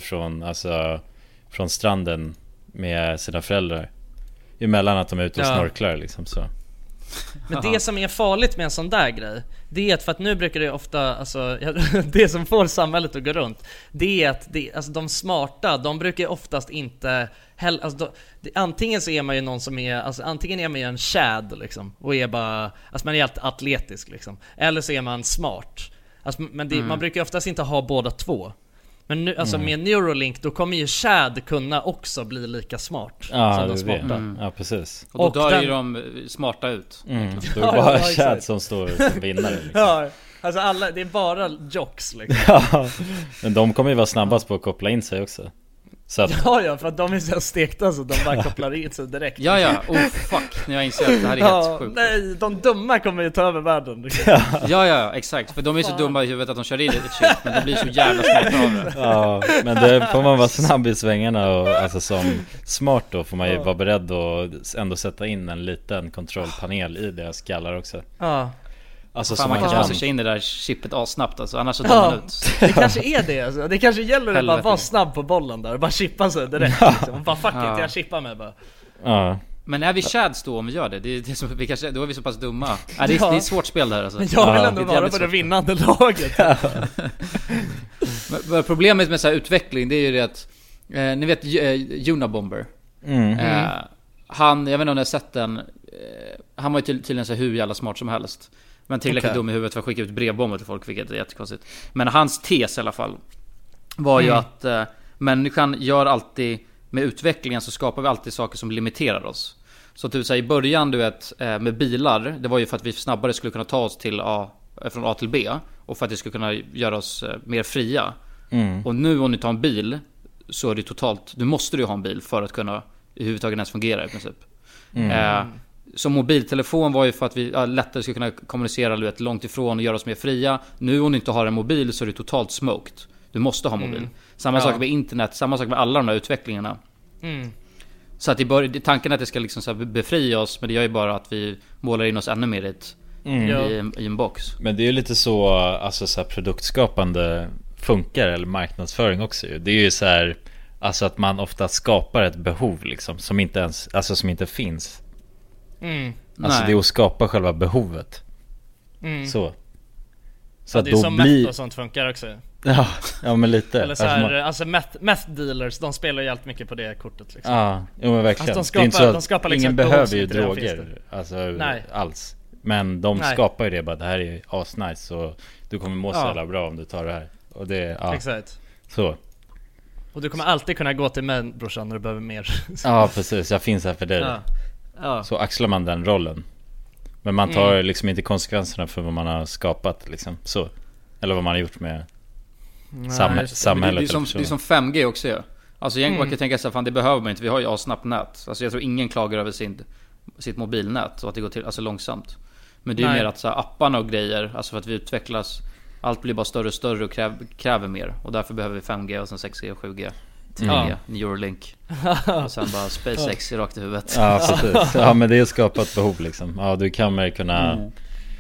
från stranden med sina föräldrar emellan att de är ute och snorklar liksom så. Men det som är farligt med en sån där grej, det är att, för att nu brukar det ofta, alltså det som får samhället att gå runt, det är att alltså de smarta, de brukar oftast inte antingen så är man ju någon som är, alltså antingen är man ju en chad liksom, och är bara, alltså man är helt atletisk liksom, eller så är man smart. Alltså, men man brukar oftast inte ha båda två. Men nu, alltså med Neuralink, då kommer ju Chad kunna också bli lika smart som de smarta. Ja, precis. Och då dör ju de smarta ut. Då är det bara Chad som står som vinnare liksom. Ja, alltså alla, det är bara jocks liksom. Men de kommer ju vara snabbast på att koppla in sig också. Så att... Ja, för att de är så stekta så de bara kopplar in sig direkt. Fuck, när jag inser att det här är helt sjukt. Nej, de dumma kommer ju ta över världen liksom. Ja, exakt. För de är så dumma i huvudet att de kör in ett shit, men det blir så jävla smarta av det. Ja, men det får man vara snabb i svängarna och alltså som smart då får man ju vara beredd att ändå sätta in en liten kontrollpanel i deras skallar också. Alltså fan, man kanske måste köra in det där chippet snabbt alltså, annars så tar man ut. Det kanske är det alltså. Det kanske gäller att bara vara snabb på bollen där, bara chippa sig direkt liksom. Och bara fuck it, jag chippar mig bara. Men är vi chads då om vi gör det? Det som vi kanske, då är vi så pass dumma. Det är svårt spel där alltså. Men jag vill ändå vara på det vinnande laget. Men problemet med så här utveckling, det är ju det att ni vet Unabomber. Han, jag vet inte om ni har sett den. Han var ju tydligen så hur jävla smart som helst, men tillräckligt dum i huvudet för att skicka ut brevbomber till folk, vilket är jättekonstigt. Men hans tes i alla fall var ju att människan gör alltid, med utvecklingen så skapar vi alltid saker som limiterar oss. Så typ så här, i början du vet med bilar, det var ju för att vi snabbare skulle kunna ta oss från A till B, och för att det skulle kunna göra oss mer fria. Och nu om du tar en bil så är det totalt, du måste ju ha en bil för att kunna i huvudtaget ens fungera i princip. Som mobiltelefon var ju för att vi lättare skulle kunna kommunicera långt ifrån och göra oss mer fria. Nu om du inte har en mobil så är det totalt smoked. Du måste ha mobil. Samma sak med internet, samma sak med alla de här utvecklingarna. Så att tanken är att det ska liksom så här befria oss, men det gör ju bara att vi målar in oss ännu mer i en box. Men det är ju lite så, alltså så här produktskapande funkar, eller marknadsföring också. Det är ju så här, alltså att man ofta skapar ett behov liksom, som inte ens, alltså som inte finns. Alltså det är att skapa själva behovet. Så att det är som meth och sånt funkar också. Ja men lite. Eller så här, alltså meth dealers, de spelar ju allt mycket på det kortet liksom. Ja, men verkligen. Alltså de skapar liksom, ingen behöver ju droger alltså, alls. Men de skapar ju det bara, det här är asnice, så du kommer må så jävla bra om du tar det här. Och det, exakt. Så. Och du kommer alltid kunna gå till mig, brorsan, när du behöver mer. Ja, precis, jag finns här för dig. Ja. Så axlar man den rollen. Men man tar liksom inte konsekvenserna för vad man har skapat liksom. Så. Eller vad man har gjort med samhället. Det är som 5G också ju. Alltså egentligen man kan tänka sig, fan det behöver man inte. Vi har ju snabbt nät. Alltså jag tror ingen klagar över sitt mobilnät och att det går till alltså långsamt. Men det är ju mer att så här, apparna och grejer, alltså för att vi utvecklas, allt blir bara större och större och kräver mer. Och därför behöver vi 5G och sen 6G och 7G, 10G, Neuralink och sen bara SpaceX rakt i huvudet. Ja, precis. Ja, men det är skapat behov liksom. Ja, du kommer kunna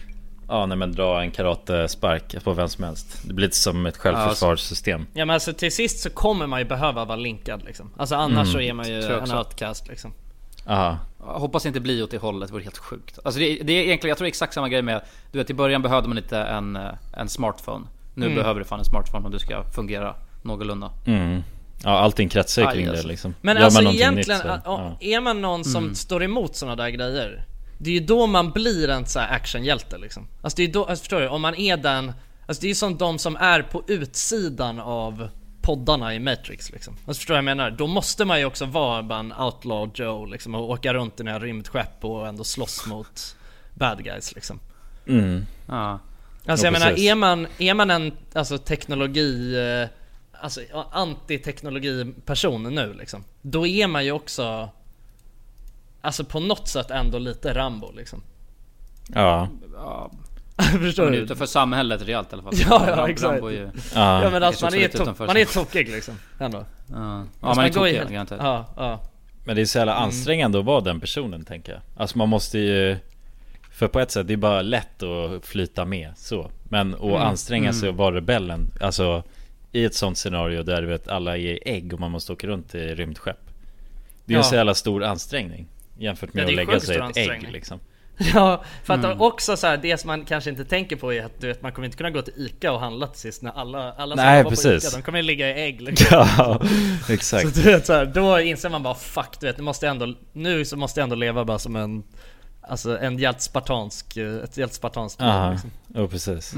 dra en karatespark på vem som helst. Det blir lite som ett självförsvarssystem. Ja, men alltså till sist så kommer man ju behöva vara linkad liksom. Alltså annars så är man ju en outcast liksom. Aha. Jag hoppas inte bli åt det hållet, det vore helt sjukt. Alltså det är egentligen, jag tror det är exakt samma grej med, du vet i början behövde man inte en smartphone. Nu behöver du fan en smartphone om du ska fungera någorlunda. Ja, allting kretsar kring det liksom. Men gör alltså man egentligen är man någon som står emot såna där grejer, det är ju då man blir en så här actionhjälte liksom. Alltså det är då, alltså, förstår du, om man är den, alltså det är ju som de som är på utsidan av poddarna i Matrix liksom. Alltså förstår jag menar? Då måste man ju också vara bara en outlaw Joe liksom, och åka runt i en rymdskepp och ändå slåss mot bad guys liksom. Alltså jag menar, är man en alltså teknologi, alltså antiteknologi-person nu liksom, då är man ju också alltså på något sätt ändå lite Rambo liksom. Ja. Förstår du? Utanför samhället rejält i alla fall. Ja, exakt. Ja, men alltså man är tokig liksom ändå. Ja, man är tokig helt. Men det är så jävla ansträngande att vara den personen, tänker jag. Alltså man måste ju, för på ett sätt det är bara lätt att flyta med så, men att anstränga sig och vara rebellen, alltså i ett sånt scenario där du vet alla är ägg och man måste åka runt i rymdskepp. Det är en så jävla stor ansträngning jämfört med att lägga sig ett ägg liksom. Ja, för att också så här, det som man kanske inte tänker på är att du vet, man kommer inte kunna gå till Ica och handla till sist när alla som jobbar på Ica, de kommer ligga i ägg liksom. Ja, exakt. Så du vet så här, då inser man bara fuck, du vet, nu så måste jag ändå leva bara som en, alltså ett helt spartanskt liksom. Ja, precis.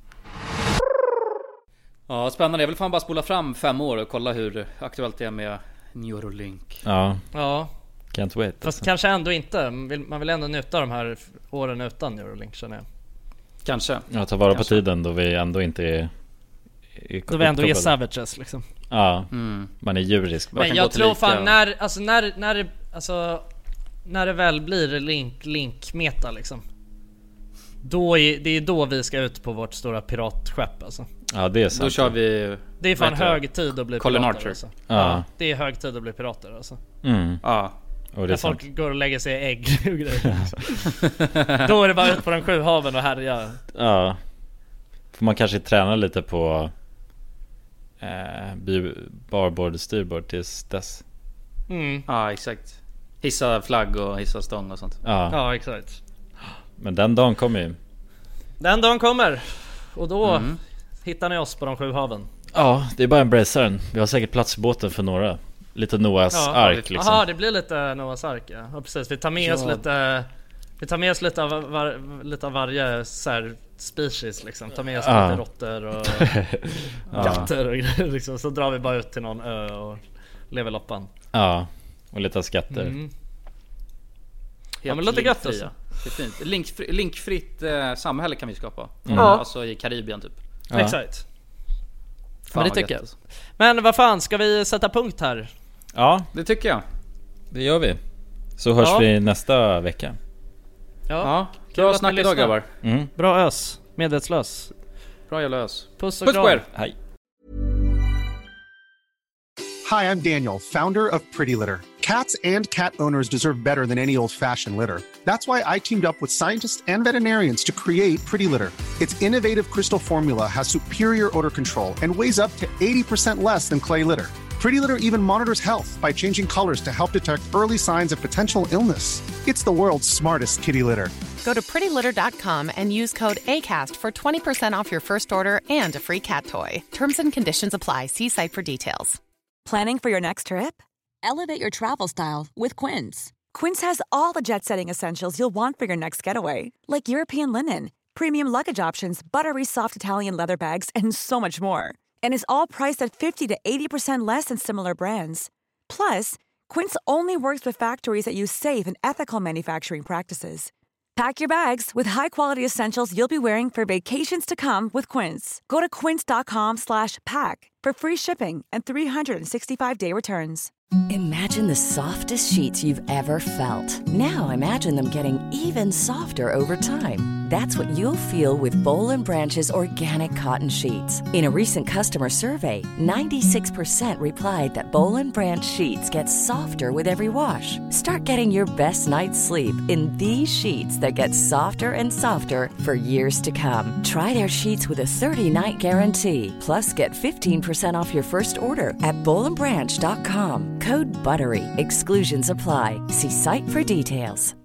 Ja, spännande. Jag vill fan bara spola fram 5 år och kolla hur aktuellt det är med Neuralink. Ja. Can't wait. Fast kanske ändå inte. Man vill ändå njuta de här åren utan Neuralink, känner jag. Kanske. Ja, ta vara på tiden då vi ändå inte är då vi ändå är savages liksom. Ja, man är djurisk. Men jag tror fan när det väl blir link-meta liksom, det är då vi ska ut på vårt stora piratskepp alltså. Ja, det är sant. Då kör vi. Det är fan hög tid att bli Colin pirater alltså. Ja, det är hög tid att bli pirater alltså. Ja. Och det är folk går och lägger sig i ägg och grejer. Då är det bara ut på de 7 haven och härja. Ja. Får man kanske träna lite på barbord, styrbord tills dess. Ja, exakt. Hissa flagg och hissa stång och sånt. Ja, exakt. Men den dagen kommer ju. Den dagen kommer. Och då hittar ni oss på de 7 haven. Ja, det är bara en braceren. Vi har säkert plats i båten för några. Lite Noahs ark liksom. Jaha, det blir lite Noahs ark, ja precis. Vi tar med oss lite av varje så här species liksom. Tar med oss lite råttor och katter och grejer liksom. Så drar vi bara ut till någon ö och lever loppan. Ja, och lite skatter. Ja, men låter gött alltså. Det är fint. Linkfritt samhälle kan vi skapa. Alltså i Karibien typ. Exakt. Men det tycker jag. Men vad fan, ska vi sätta punkt här? Ja, det tycker jag. Det gör vi. Så hörs vi nästa vecka. Ja. Bra snack idag, grabbar. Bra ös. Medvetslös. Bra jävla ös. Puss på er. Hej. Hi, I'm Daniel, founder of Pretty Litter. Cats and cat owners deserve better than any old-fashioned litter. That's why I teamed up with scientists and veterinarians to create Pretty Litter. Its innovative crystal formula has superior odor control and weighs up to 80% less than clay litter. Pretty Litter even monitors health by changing colors to help detect early signs of potential illness. It's the world's smartest kitty litter. Go to prettylitter.com and use code ACAST for 20% off your first order and a free cat toy. Terms and conditions apply. See site for details. Planning for your next trip? Elevate your travel style with Quince. Quince has all the jet-setting essentials you'll want for your next getaway, like European linen, premium luggage options, buttery soft Italian leather bags, and so much more. And is all priced at 50 to 80% less than similar brands. Plus, Quince only works with factories that use safe and ethical manufacturing practices. Pack your bags with high-quality essentials you'll be wearing for vacations to come with Quince. Go to quince.com/pack for free shipping and 365-day returns. Imagine the softest sheets you've ever felt. Now imagine them getting even softer over time. That's what you'll feel with Boll & Branch's organic cotton sheets. In a recent customer survey, 96% replied that Boll & Branch sheets get softer with every wash. Start getting your best night's sleep in these sheets that get softer and softer for years to come. Try their sheets with a 30-night guarantee. Plus, get 15% off your first order at bollandbranch.com. Code BUTTERY. Exclusions apply. See site for details.